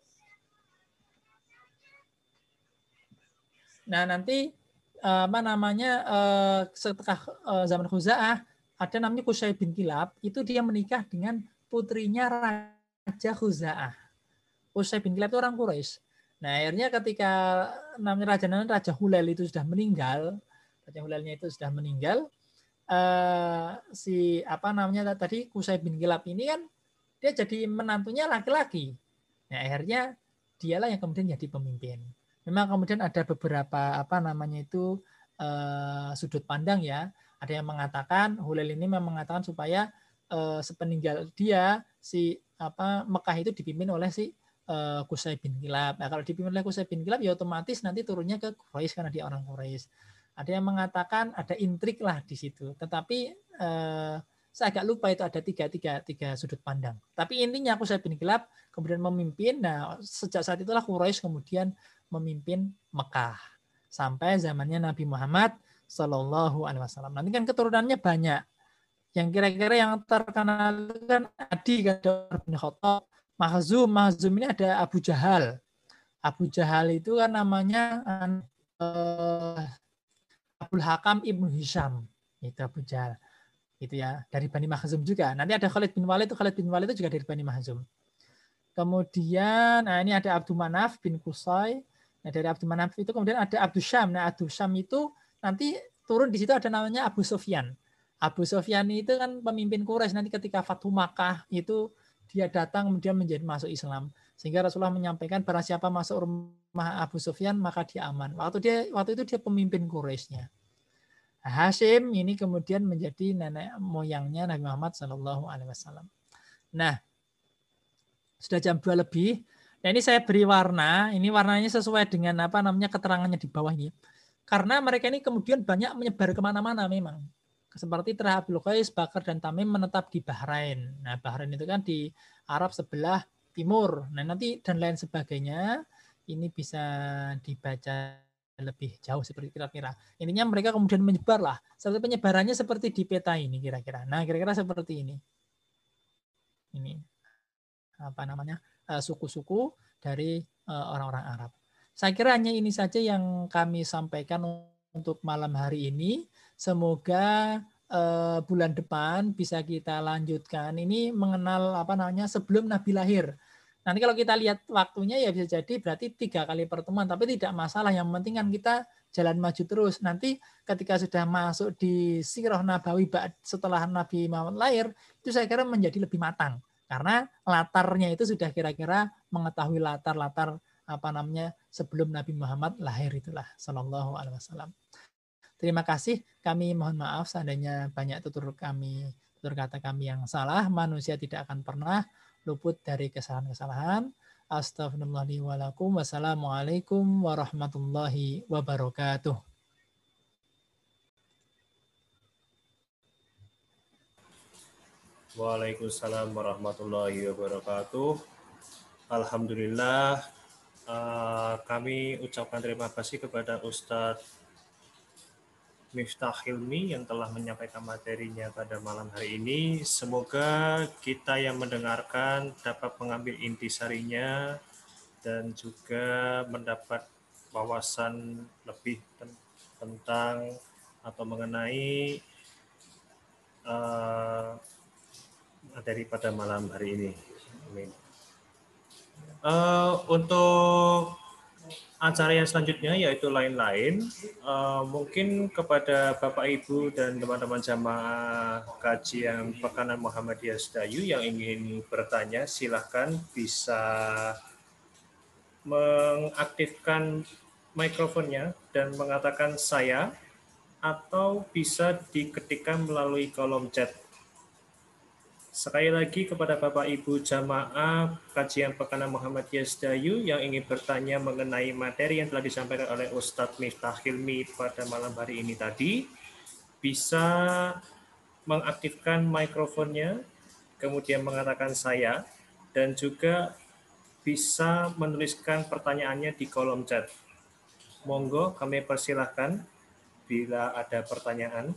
nah nanti apa namanya setelah zaman Khuza'ah ada namanya Qusay bin Kilab, itu dia menikah dengan putrinya Raja Khuza'ah. Qusay bin Kilab itu orang Quraisy. Nah, akhirnya ketika namanya Raja Raja Hulail itu sudah meninggal, Raja Hulailnya itu sudah meninggal, Uh, si apa namanya tadi Qusay bin Kilab ini kan dia jadi menantunya laki-laki. Nah, akhirnya dialah yang kemudian jadi pemimpin. Memang kemudian ada beberapa apa namanya itu uh, sudut pandang ya. Ada yang mengatakan Hulail ini memang mengatakan supaya uh, sepeninggal dia si apa Mekah itu dipimpin oleh si uh, Qusay bin Kilab. Nah, kalau dipimpin oleh Qusay bin Kilab ya otomatis nanti turunnya ke Quraisy karena dia orang Quraisy. Ada yang mengatakan ada intrik lah di situ. Tetapi eh, saya agak lupa itu ada tiga, tiga, tiga sudut pandang. Tapi intinya Qusay bin Kilab kemudian memimpin. Nah, sejak saat itulah Quraisy kemudian memimpin Mekah sampai zamannya Nabi Muhammad Shallallahu Alaihi Wasallam. Nanti kan keturunannya banyak. Yang kira-kira yang terkenal kan Adi kan bin Khattab, Mahzum. Mahzum ini ada Abu Jahal. Abu Jahal itu kan namanya eh, Abul Hakam Ibnu Hisham, itu Abu Jahal. Itu ya, dari Bani Makhzum juga. Nanti ada Khalid bin Walid, itu Khalid bin Walid itu juga dari Bani Makhzum. Kemudian, nah ini ada Abdul Manaf bin Qusay. Nah, dari Abdul Manaf itu kemudian ada Abdul Syam. Nah, Abdul Syam itu nanti turun di situ ada namanya Abu Sufyan. Abu Sufyan itu kan pemimpin Quraisy. Nanti ketika Fathu Makkah itu dia datang kemudian menjadi masuk Islam. Sehingga Rasulullah menyampaikan barang siapa masuk rumah Abu Sufyan maka dia aman. Waktu dia waktu itu dia pemimpin Quraisynya. Hashim ini kemudian menjadi nenek moyangnya Nabi Muhammad Shallallahu Alaihi Wasallam. Nah, sudah jam dua lebih. Nah, ini saya beri warna. Ini warnanya sesuai dengan apa namanya keterangannya di bawah ini. Karena mereka ini kemudian banyak menyebar kemana-mana memang. Seperti Terah Abdul Qais, Bakar dan Tamim menetap di Bahrain. Nah, Bahrain itu kan di Arab sebelah timur. Nah, nanti dan lain sebagainya ini bisa dibaca lebih jauh seperti kira-kira. Intinya mereka kemudian menyebar lah. Seperti penyebarannya seperti di peta ini kira-kira. Nah, kira-kira seperti ini. Ini apa namanya? suku-suku dari orang-orang Arab. Saya kira hanya ini saja yang kami sampaikan untuk malam hari ini. Semoga uh, bulan depan bisa kita lanjutkan. Ini mengenal apa namanya sebelum Nabi lahir. Nanti kalau kita lihat waktunya ya bisa jadi berarti tiga kali pertemuan, tapi tidak masalah. Yang penting kan kita jalan maju terus. Nanti ketika sudah masuk di Sirah Nabawi setelah Nabi Muhammad lahir, itu saya kira menjadi lebih matang. Karena latarnya itu sudah kira-kira mengetahui latar-latar apa namanya sebelum Nabi Muhammad lahir itulah sallallahu alaihi wasallam. Terima kasih. Kami mohon maaf seandainya banyak tutur kami, tutur kata kami yang salah. Manusia tidak akan pernah luput dari kesalahan-kesalahan. Astaghfirullahaladzim. Wassalamualaikum warahmatullahi wabarakatuh. Waalaikumsalam warahmatullahi wabarakatuh. Alhamdulillah, uh, kami ucapkan terima kasih kepada Ustadz Miftah Hilmi yang telah menyampaikan materinya pada malam hari ini. Semoga kita yang mendengarkan dapat mengambil intisarinya dan juga mendapat wawasan lebih tentang atau mengenai uh, daripada malam hari ini. Amin. Uh, untuk acara yang selanjutnya yaitu lain-lain, uh, mungkin kepada Bapak Ibu dan teman-teman jamaah kajian Pekanan Muhammadiyah Sedayu yang ingin bertanya, silahkan bisa mengaktifkan mikrofonnya dan mengatakan saya, atau bisa diketikkan melalui kolom chat. Sekali lagi kepada Bapak Ibu jamaah kajian Pekanan Muhammadiyah Sedayu yang ingin bertanya mengenai materi yang telah disampaikan oleh Ustadz Miftah Hilmi pada malam hari ini tadi, bisa mengaktifkan mikrofonnya, kemudian mengatakan saya, dan juga bisa menuliskan pertanyaannya di kolom chat. Monggo kami persilahkan bila ada pertanyaan.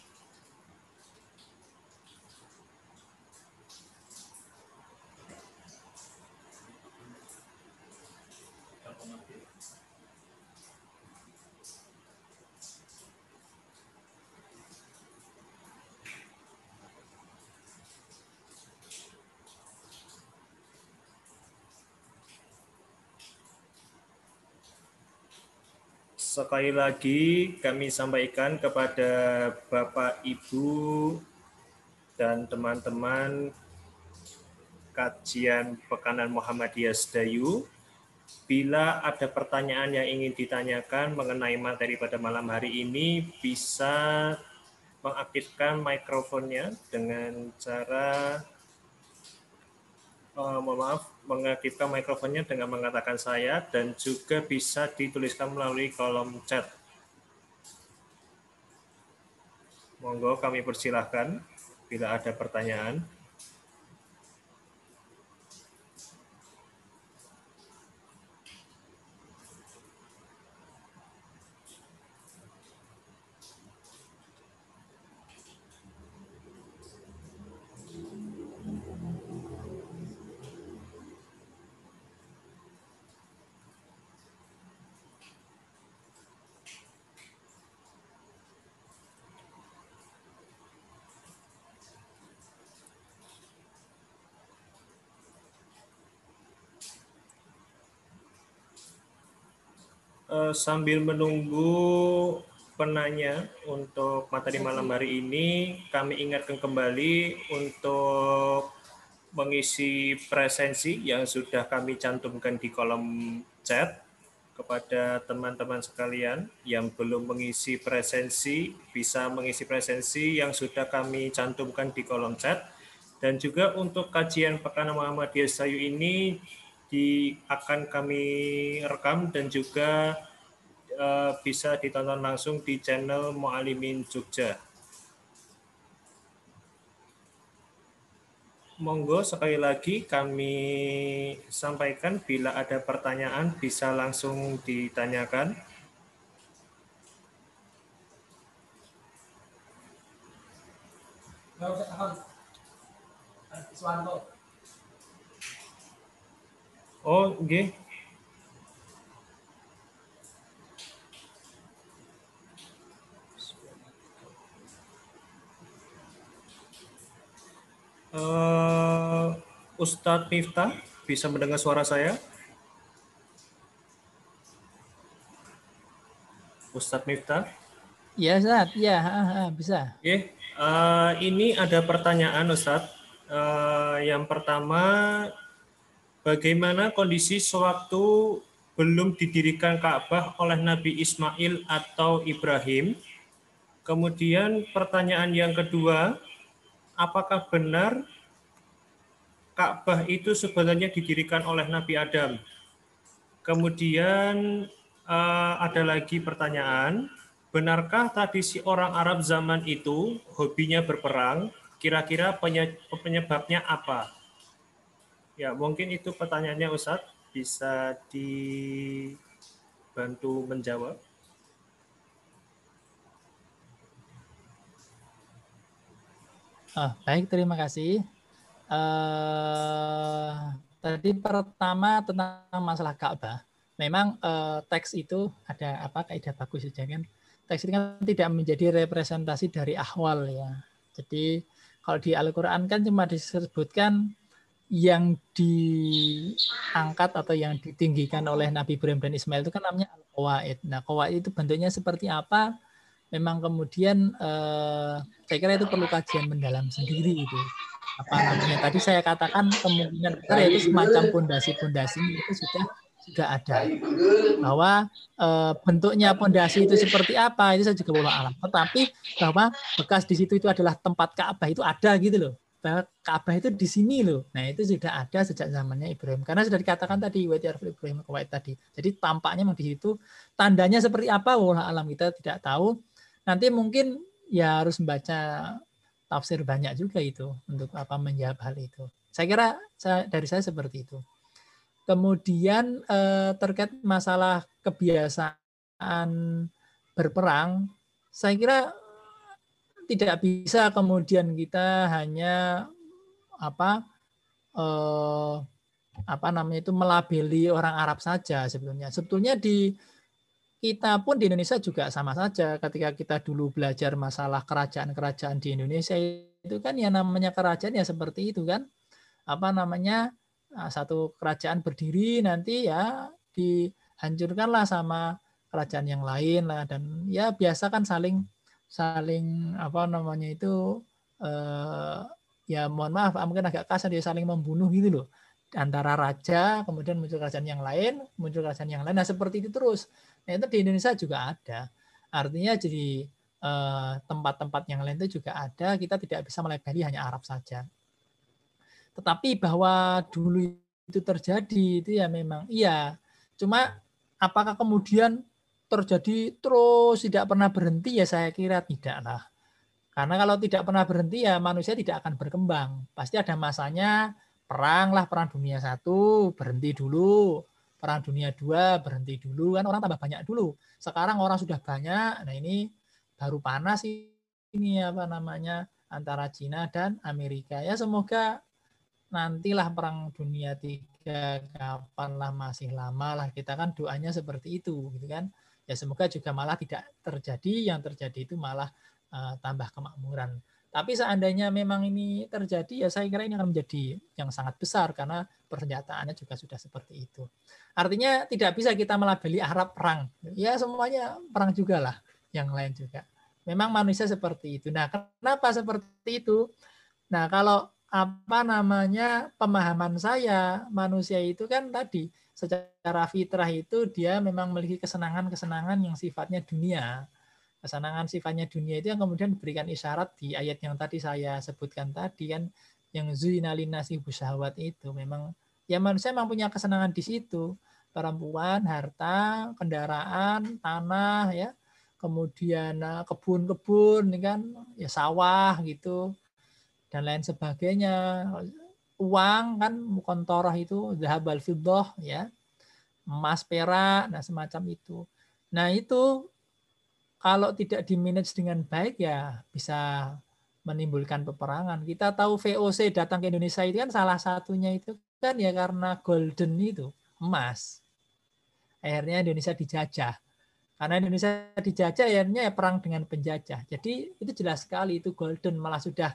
Sekali lagi kami sampaikan kepada Bapak, Ibu, dan teman-teman kajian Pekanan Muhammadiyah Sedayu, bila ada pertanyaan yang ingin ditanyakan mengenai materi pada malam hari ini, bisa mengaktifkan mikrofonnya dengan cara Uh, mohon maaf, mengaktifkan mikrofonnya dengan mengatakan saya, dan juga bisa dituliskan melalui kolom chat. Monggo kami persilahkan bila ada pertanyaan. Sambil menunggu penanya untuk materi malam hari ini, kami ingatkan kembali untuk mengisi presensi yang sudah kami cantumkan di kolom chat. Kepada teman-teman sekalian yang belum mengisi presensi, bisa mengisi presensi yang sudah kami cantumkan di kolom chat. Dan juga untuk kajian Pekanan Muhammadiyah Sedayu ini di, akan kami rekam dan juga uh, bisa ditonton langsung di channel Mu'alimin Jogja. Monggo sekali lagi kami sampaikan bila ada pertanyaan bisa langsung ditanyakan. Oh, oke. Okay. Uh, Ustadz Miftah, bisa mendengar suara saya? Ustadz Miftah? Ya, Ustaz. Ya, bisa. Oke, uh, ini ada pertanyaan Ustadz. Uh, yang pertama, bagaimana kondisi sewaktu belum didirikan Ka'bah oleh Nabi Ismail atau Ibrahim? Kemudian pertanyaan yang kedua, apakah benar Ka'bah itu sebenarnya didirikan oleh Nabi Adam? Kemudian uh, ada lagi pertanyaan, benarkah tradisi orang Arab zaman itu hobinya berperang? Kira-kira penyebabnya apa? Ya, mungkin itu pertanyaannya Ustadz. Bisa dibantu menjawab. Oh, baik, terima kasih. Uh, tadi pertama tentang masalah Ka'bah. Memang uh, teks itu ada apa kaidah bagus saja kan. Teks itu kan tidak menjadi representasi dari ahwal ya. Jadi kalau di Al-Qur'an kan cuma disebutkan yang diangkat atau yang ditinggikan oleh Nabi Ibrahim dan Ismail itu kan namanya al-qawaid. Nah, qawaid itu bentuknya seperti apa? Memang kemudian eh, saya kira itu perlu kajian mendalam sendiri itu. Apa namanya? Tadi saya katakan kemungkinan besar yaitu semacam pondasi-pondasi itu sudah sudah ada. Bahwa eh, bentuknya pondasi itu seperti apa itu saya juga wallahu alam. Tetapi bahwa bekas di situ itu adalah tempat Ka'bah itu ada gitu loh. Bahwa Ka'bah itu di sini loh. Nah, itu sudah ada sejak zamannya Ibrahim. Karena sudah dikatakan tadi wa yarfa'u Ibrahim qawaid tadi. Jadi tampaknya memang di situ tandanya seperti apa wallahu alam kita tidak tahu. Nanti mungkin ya harus membaca tafsir banyak juga itu untuk apa menjawab hal itu. Saya kira saya, dari saya seperti itu. Kemudian eh, terkait masalah kebiasaan berperang, saya kira tidak bisa kemudian kita hanya apa eh, apa namanya itu melabeli orang Arab saja sebetulnya. Sebetulnya di kita pun di Indonesia juga sama saja. Ketika kita dulu belajar masalah kerajaan-kerajaan di Indonesia itu kan ya namanya kerajaan ya seperti itu kan. Apa namanya satu kerajaan berdiri nanti ya dihancurkanlah sama kerajaan yang lain lah dan ya biasa kan saling saling apa namanya itu eh, ya mohon maaf mungkin agak kasar dia saling membunuh gitu loh antara raja kemudian muncul kerajaan yang lain muncul kerajaan yang lain nah seperti itu terus. Nah, itu di Indonesia juga ada. Artinya jadi eh, tempat-tempat yang lain itu juga ada. Kita tidak bisa melabeli hanya Arab saja. Tetapi bahwa dulu itu terjadi itu ya memang iya. Cuma apakah kemudian terjadi terus tidak pernah berhenti ya saya kira tidak lah. Karena kalau tidak pernah berhenti ya manusia tidak akan berkembang. Pasti ada masanya perang lah, perang dunia satu berhenti dulu. Perang dunia dua berhenti dulu kan orang tambah banyak dulu. Sekarang orang sudah banyak. Nah ini baru panas ini apa namanya antara Cina dan Amerika. Ya semoga nantilah perang dunia tiga kapanlah masih lama lah kita kan doanya seperti itu gitu kan. Ya semoga juga malah tidak terjadi yang terjadi itu malah uh, tambah kemakmuran. Tapi seandainya memang ini terjadi, ya saya kira ini akan menjadi yang sangat besar karena persenjataannya juga sudah seperti itu. Artinya tidak bisa kita melabeli Arab perang. Ya semuanya perang juga lah, yang lain juga. Memang manusia seperti itu. Nah, kenapa seperti itu? Nah, kalau apa namanya pemahaman saya, manusia itu kan tadi secara fitrah itu dia memang memiliki kesenangan-kesenangan yang sifatnya dunia. Kesenangan sifatnya dunia itu yang kemudian diberikan isyarat di ayat yang tadi saya sebutkan tadi kan yang zuyina linnasi syahwat itu memang ya manusia memang punya kesenangan di situ perempuan harta kendaraan tanah ya kemudian kebun-kebun kan ya sawah gitu dan lain sebagainya uang kan mukontorah itu zahabal fiddah ya emas perak nah semacam itu nah itu kalau tidak dimanage dengan baik ya bisa menimbulkan peperangan. Kita tahu V O C datang ke Indonesia itu kan salah satunya itu kan ya karena golden itu, emas. Akhirnya Indonesia dijajah. Karena Indonesia dijajah akhirnya ya perang dengan penjajah. Jadi itu jelas sekali itu golden malah sudah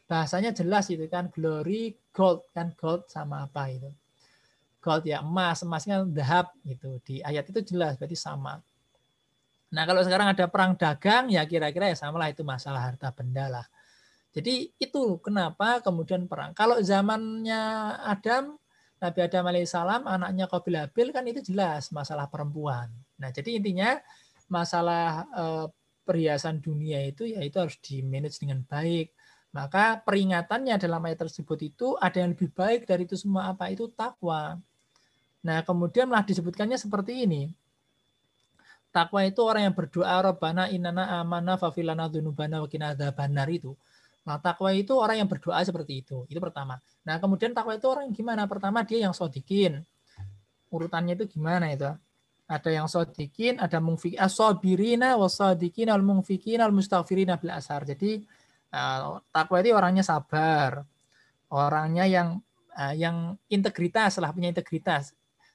bahasanya jelas itu kan, glory gold kan, gold sama apa itu, gold ya emas, emasnya dahab gitu, di ayat itu jelas berarti sama. Nah kalau sekarang ada perang dagang ya kira-kira ya samalah, itu masalah harta benda lah. Jadi itu kenapa kemudian perang. Kalau zamannya Adam, Nabi Adam alaihissalam, anaknya Qabil Habil kan itu jelas masalah perempuan. Nah jadi intinya masalah eh, perhiasan dunia itu ya itu harus di manage dengan baik. Maka peringatannya dalam ayat tersebut itu ada yang lebih baik dari itu semua, apa itu takwa. Nah kemudian malah disebutkannya seperti ini. Takwa itu orang yang berdoa Rabbana innana amana fafilana dzunubana wa qina adzabannar itu. Nah, takwa itu orang yang berdoa seperti itu. Itu pertama. Nah, kemudian takwa itu orang yang gimana? Pertama dia yang sodikin. Urutannya itu gimana itu? Ada yang sodikin, ada mungfik as-sabirina was-sadiqina wal-mungfikina al-mustaghfirina bil ashar. Jadi uh, takwa itu orangnya sabar. Orangnya yang uh, yang integritas lah, punya integritas.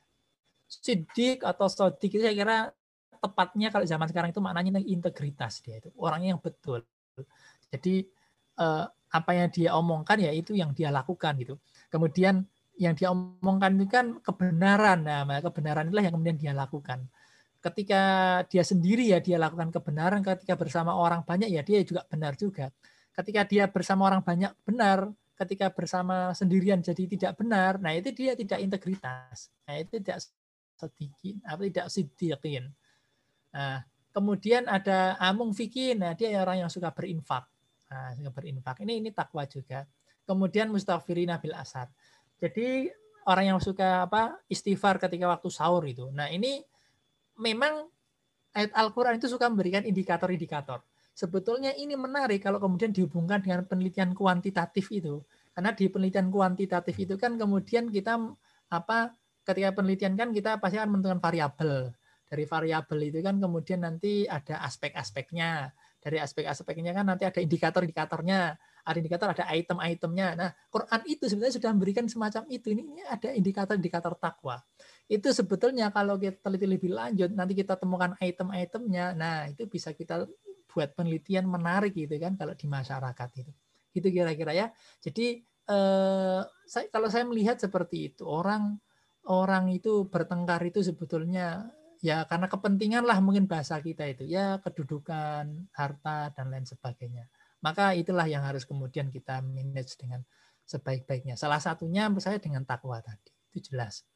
Sidik atau sodik itu saya kira tepatnya kalau zaman sekarang itu maknanya integritas, dia itu orangnya yang betul. Jadi eh, apa yang dia omongkan ya itu yang dia lakukan gitu. Kemudian yang dia omongkan itu kan kebenaran. Nah, kebenaran itulah yang kemudian dia lakukan. Ketika dia sendiri ya dia lakukan kebenaran, ketika bersama orang banyak ya dia juga benar juga. Ketika dia bersama orang banyak benar, ketika bersama sendirian jadi tidak benar, nah itu dia tidak integritas. Nah, itu tidak sedikit, apa tidak sidikin. Nah, kemudian ada amung fikin, nah dia orang yang suka berinfak. Nah, suka berinfak. Ini ini takwa juga. Kemudian mustaghfirina bil ashar. Jadi orang yang suka apa? Istighfar ketika waktu sahur itu. Nah, ini memang ayat Al-Qur'an itu suka memberikan indikator-indikator. Sebetulnya ini menarik kalau kemudian dihubungkan dengan penelitian kuantitatif itu. Karena di penelitian kuantitatif itu kan kemudian kita apa? Ketika penelitian kan kita pasti akan menentukan variabel. Dari variabel itu kan kemudian nanti ada aspek-aspeknya. Dari aspek-aspeknya kan nanti ada indikator-indikatornya. Ada indikator, ada item-itemnya. Nah, Quran itu sebenarnya sudah memberikan semacam itu. Ini ada indikator-indikator takwa. Itu sebetulnya kalau kita teliti lebih lanjut, nanti kita temukan item-itemnya. Nah, itu bisa kita buat penelitian menarik gitu kan kalau di masyarakat itu. Gitu kira-kira ya. Jadi eh, saya, kalau saya melihat seperti itu, orang orang itu bertengkar itu sebetulnya ya karena kepentingan lah mungkin bahasa kita itu ya kedudukan, harta dan lain sebagainya. Maka itulah yang harus kemudian kita manage dengan sebaik-baiknya. Salah satunya menurut saya dengan takwa tadi. Itu jelas.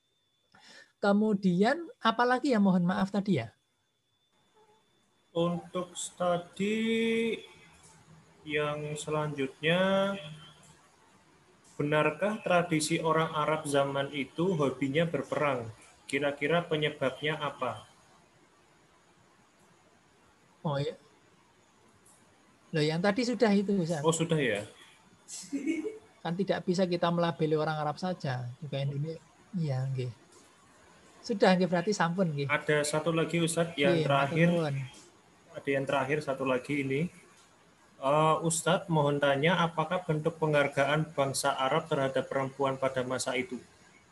Kemudian apalagi ya mohon maaf tadi ya? Untuk studi yang selanjutnya, benarkah tradisi orang Arab zaman itu hobinya berperang? Kira-kira penyebabnya apa? Oh ya. Loh, yang tadi sudah itu, Ustaz. Oh, sudah ya? Kan tidak bisa kita melabeli orang Arab saja, juga Indonesia. Iya, nggih. Sudah nggih berarti sampun nggih. Ada satu lagi Ustadz yang Nggih, terakhir. matur nuwun. Ada yang terakhir satu lagi ini. Uh, Ustadz mohon tanya, apakah bentuk penghargaan bangsa Arab terhadap perempuan pada masa itu?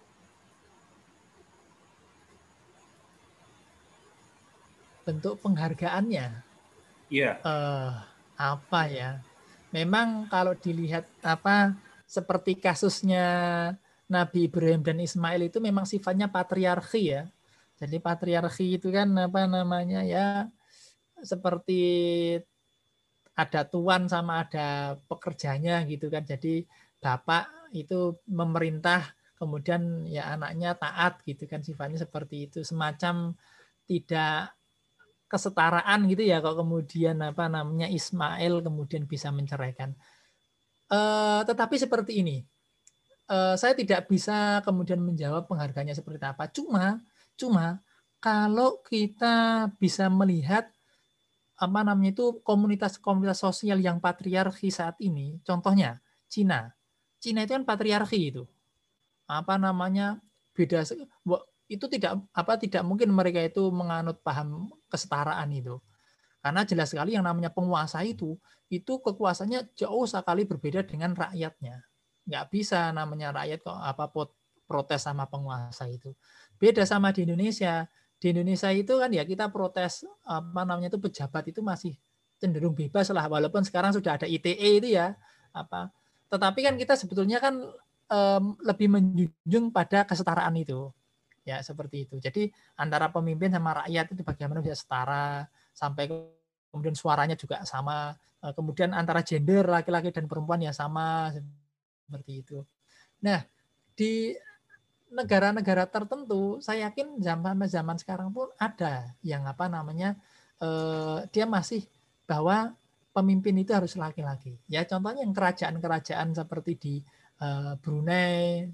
Bentuk penghargaannya? Iya. Eh, apa ya? Memang kalau dilihat apa seperti kasusnya Nabi Ibrahim dan Ismail itu memang sifatnya patriarki ya. Jadi patriarki itu kan apa namanya ya seperti ada tuan sama ada pekerjanya gitu kan. Jadi bapak itu memerintah, kemudian ya anaknya taat gitu kan, sifatnya seperti itu. Semacam tidak kesetaraan gitu ya kok kemudian apa namanya Ismail kemudian bisa menceraikan. Eh, tetapi seperti ini, eh, saya tidak bisa kemudian menjawab penghargaannya seperti apa. Cuma, cuma kalau kita bisa melihat apa namanya itu komunitas-komunitas sosial yang patriarki saat ini, contohnya Cina. Cina itu kan patriarki itu. Apa namanya? Beda itu tidak apa tidak mungkin mereka itu menganut paham kesetaraan itu. Karena jelas sekali yang namanya penguasa itu itu kekuasaannya jauh sekali berbeda dengan rakyatnya. Nggak bisa namanya rakyat kok apa protes sama penguasa itu. Beda sama di Indonesia. Di Indonesia itu kan ya kita protes apa namanya itu pejabat itu masih cenderung bebas lah, walaupun sekarang sudah ada I T E itu ya, apa. Tetapi kan kita sebetulnya kan um, lebih menjunjung pada kesetaraan itu. Ya, seperti itu. Jadi antara pemimpin sama rakyat itu bagaimana bisa setara, sampai kemudian suaranya juga sama. Kemudian antara gender laki-laki dan perempuan ya sama, seperti itu. Nah, di negara-negara tertentu, saya yakin zaman zaman sekarang pun ada yang apa namanya eh, dia masih bahwa pemimpin itu harus laki-laki. Ya contohnya yang kerajaan-kerajaan seperti di eh, Brunei,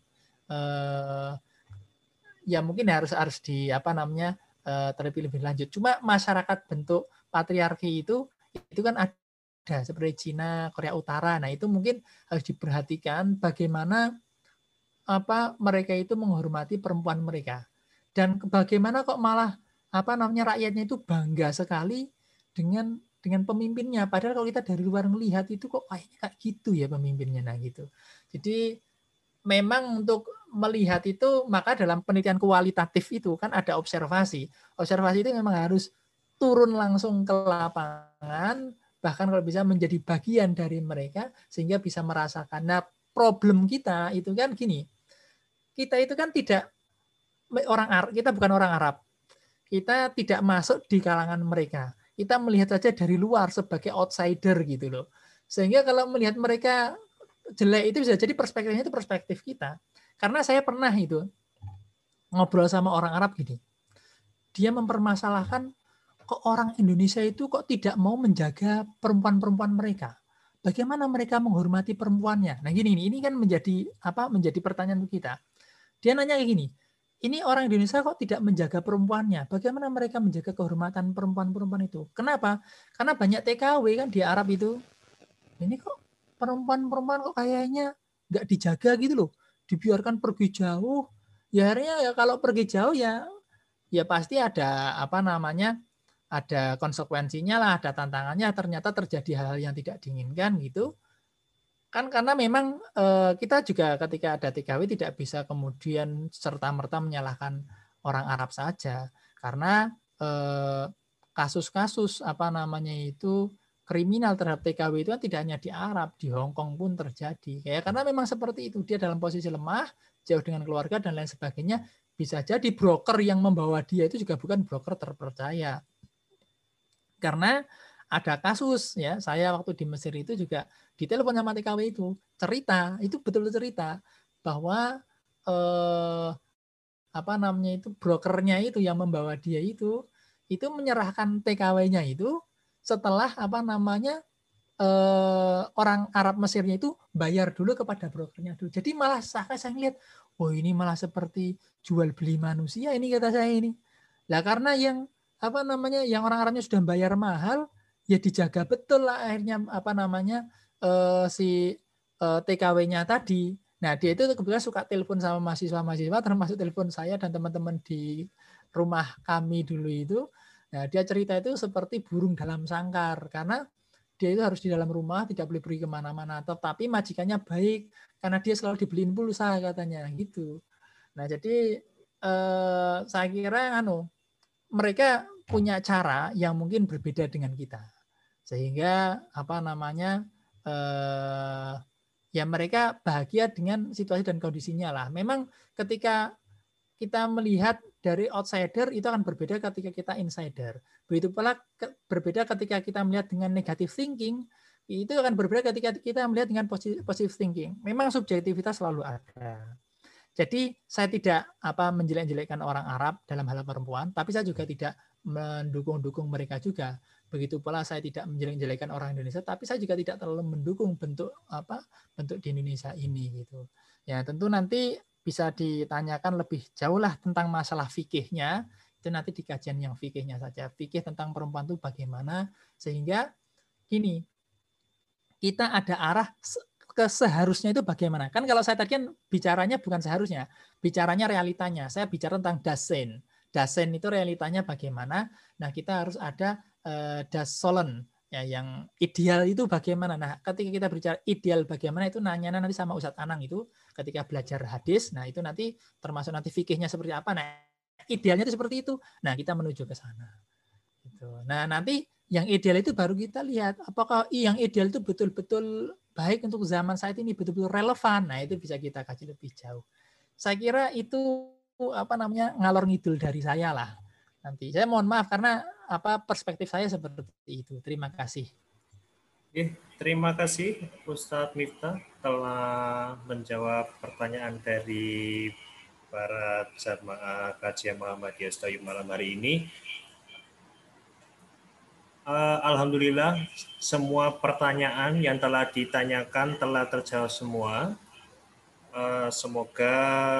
eh, ya mungkin harus harus di apa namanya eh, terlebih lebih lanjut. Cuma masyarakat bentuk patriarki itu itu kan ada seperti Cina, Korea Utara. Nah itu mungkin harus diperhatikan bagaimana apa mereka itu menghormati perempuan mereka, dan bagaimana kok malah apa namanya rakyatnya itu bangga sekali dengan dengan pemimpinnya, padahal kalau kita dari luar melihat itu kok kayaknya kayak gitu ya pemimpinnya. Nah gitu, jadi memang untuk melihat itu maka dalam penelitian kualitatif itu kan ada observasi observasi itu memang harus turun langsung ke lapangan, bahkan kalau bisa menjadi bagian dari mereka sehingga bisa merasakan. Nah problem kita itu kan gini, kita itu kan tidak orang Arab, kita bukan orang Arab. Kita tidak masuk di kalangan mereka. Kita melihat saja dari luar sebagai outsider gitu loh. Sehingga kalau melihat mereka jelek itu bisa jadi perspektifnya itu perspektif kita. Karena saya pernah itu ngobrol sama orang Arab gini. Dia mempermasalahkan kok orang Indonesia itu kok tidak mau menjaga perempuan-perempuan mereka. Bagaimana mereka menghormati perempuannya? Nah gini, ini kan menjadi apa? Menjadi pertanyaan untuk kita. Dia nanya kayak gini, ini orang Indonesia kok tidak menjaga perempuannya? Bagaimana mereka menjaga kehormatan perempuan-perempuan itu? Kenapa? Karena banyak T K W kan di Arab itu. Ini kok perempuan-perempuan kok kayaknya nggak dijaga gitu loh. Dibiarkan pergi jauh. Ya akhirnya ya kalau pergi jauh ya ya pasti ada apa namanya? Ada konsekuensinya lah, ada tantangannya. Ternyata terjadi hal-hal yang tidak diinginkan gitu. Kan karena memang eh, kita juga ketika ada T K W tidak bisa kemudian serta-merta menyalahkan orang Arab saja, karena eh, kasus-kasus apa namanya itu kriminal terhadap T K W itu kan tidak hanya di Arab, di Hong Kong pun terjadi. Ya karena memang seperti itu, dia dalam posisi lemah, jauh dengan keluarga dan lain sebagainya, bisa jadi broker yang membawa dia itu juga bukan broker terpercaya. Karena ada kasus ya, saya waktu di Mesir itu juga ditelepon sama T K W itu, cerita, itu betul-betul cerita bahwa eh, apa namanya itu brokernya itu yang membawa dia itu itu menyerahkan T K W-nya itu setelah apa namanya eh, orang Arab Mesirnya itu bayar dulu kepada brokernya dulu. Jadi malah saya saya lihat, oh ini malah seperti jual beli manusia ini kata saya ini. Lah karena yang apa namanya yang orang Arabnya sudah bayar mahal, ya dijaga betul lah akhirnya apa namanya eh, si eh, T K W-nya tadi. Nah dia itu kebetulan suka telepon sama mahasiswa-mahasiswa, termasuk telepon saya dan teman-teman di rumah kami dulu itu. Nah dia cerita itu seperti burung dalam sangkar, karena dia itu harus di dalam rumah, tidak boleh pergi kemana-mana. Tetapi majikannya baik, karena dia selalu dibeliin pulsa katanya gitu. Nah jadi eh, saya kira anu mereka punya cara yang mungkin berbeda dengan kita, sehingga apa namanya eh, ya mereka bahagia dengan situasi dan kondisinya lah. Memang ketika kita melihat dari outsider itu akan berbeda ketika kita insider. Begitu pula berbeda ketika kita melihat dengan negative thinking, itu akan berbeda ketika kita melihat dengan positive thinking. Memang subjektivitas selalu ada. Jadi saya tidak apa menjelek-jelekkan orang Arab dalam hal perempuan, tapi saya juga tidak mendukung-dukung mereka juga. Begitu pula saya tidak menjelek-jelekkan orang Indonesia, tapi saya juga tidak terlalu mendukung bentuk apa bentuk di Indonesia ini gitu. Ya tentu nanti bisa ditanyakan lebih jauh lah tentang masalah fikihnya, itu nanti di kajian yang fikihnya saja. Fikih tentang perempuan itu bagaimana sehingga gini, kita ada arah ke seharusnya itu bagaimana. Kan kalau saya tadi kan bicaranya bukan seharusnya, bicaranya realitanya. Saya bicara tentang dasen. Dasen itu realitanya bagaimana. Nah kita harus ada eh, das sollen, ya, yang ideal itu bagaimana. Nah ketika kita bicara ideal bagaimana itu nanya nanti sama Ustadz Anang itu ketika belajar hadis. Nah itu nanti termasuk nanti fikihnya seperti apa. Nah idealnya itu seperti itu. Nah kita menuju ke sana. Gitu. Nah nanti yang ideal itu baru kita lihat apakah yang ideal itu betul-betul baik untuk zaman saat ini, betul-betul relevan. Nah, itu bisa kita kaji lebih jauh. Saya kira itu apa namanya ngalor ngidul dari saya lah. Nanti saya mohon maaf karena apa perspektif saya seperti itu. Terima kasih. Oke, terima kasih Ustadz Miftah telah menjawab pertanyaan dari para jamaah kajian Muhammadiyah Sedayu malam hari ini. Uh, Alhamdulillah semua pertanyaan yang telah ditanyakan telah terjawab semua. Uh, semoga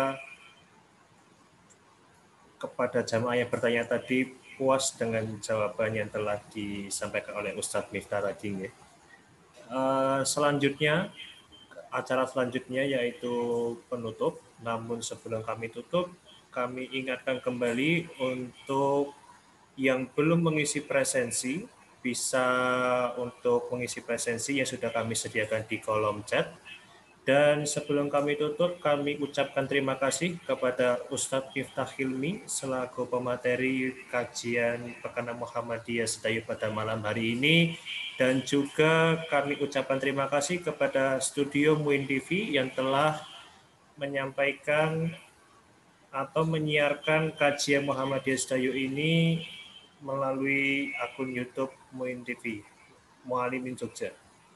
kepada jamaah yang bertanya tadi puas dengan jawaban yang telah disampaikan oleh Ustadz Miftah tadi. Uh, selanjutnya, acara selanjutnya yaitu penutup. Namun sebelum kami tutup, kami ingatkan kembali untuk yang belum mengisi presensi, bisa untuk mengisi presensi yang sudah kami sediakan di kolom chat. Dan sebelum kami tutup, kami ucapkan terima kasih kepada Ustadz Miftah Hilmi selaku pemateri kajian Pekan Muhammadiyah Sedayu pada malam hari ini. Dan juga kami ucapkan terima kasih kepada Studio Muin T V yang telah menyampaikan atau menyiarkan kajian Muhammadiyah Sedayu ini melalui akun YouTube Muin T V, Mualimin Jogja.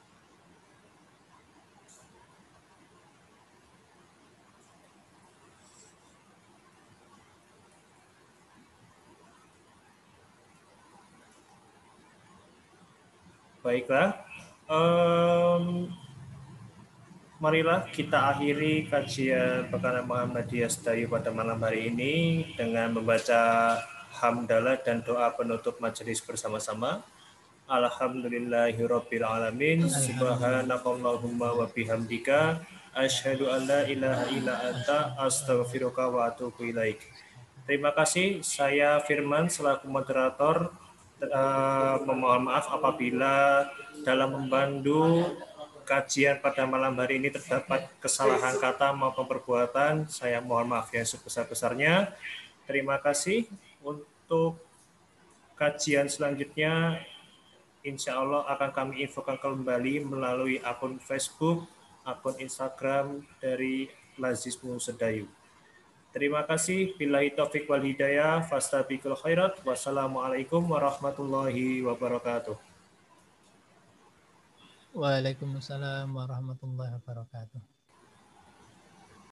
Baiklah, um, marilah kita akhiri kajian Pekan Muhammadiyah Sedayu pada malam hari ini dengan membaca hamdalah dan doa penutup majelis bersama-sama. Alhamdulillahirabbil alamin. Subhanakallahumma wa bihamdika asyhadu an la ilaha illa anta astaghfiruka wa atubu ilaik. Terima kasih. Saya Firman selaku moderator uh, memohon maaf apabila dalam membantu kajian pada malam hari ini terdapat kesalahan kata maupun perbuatan. Saya mohon maaf yang sebesar-besarnya. Terima kasih. Untuk kajian selanjutnya insya Allah akan kami infokan kembali melalui akun Facebook, akun Instagram dari Lazismu Sedayu. Terima kasih. Billahi taufiq wal hidayah. Fastabiqul khairat. Wassalamualaikum warahmatullahi wabarakatuh. Waalaikumsalam warahmatullahi wabarakatuh.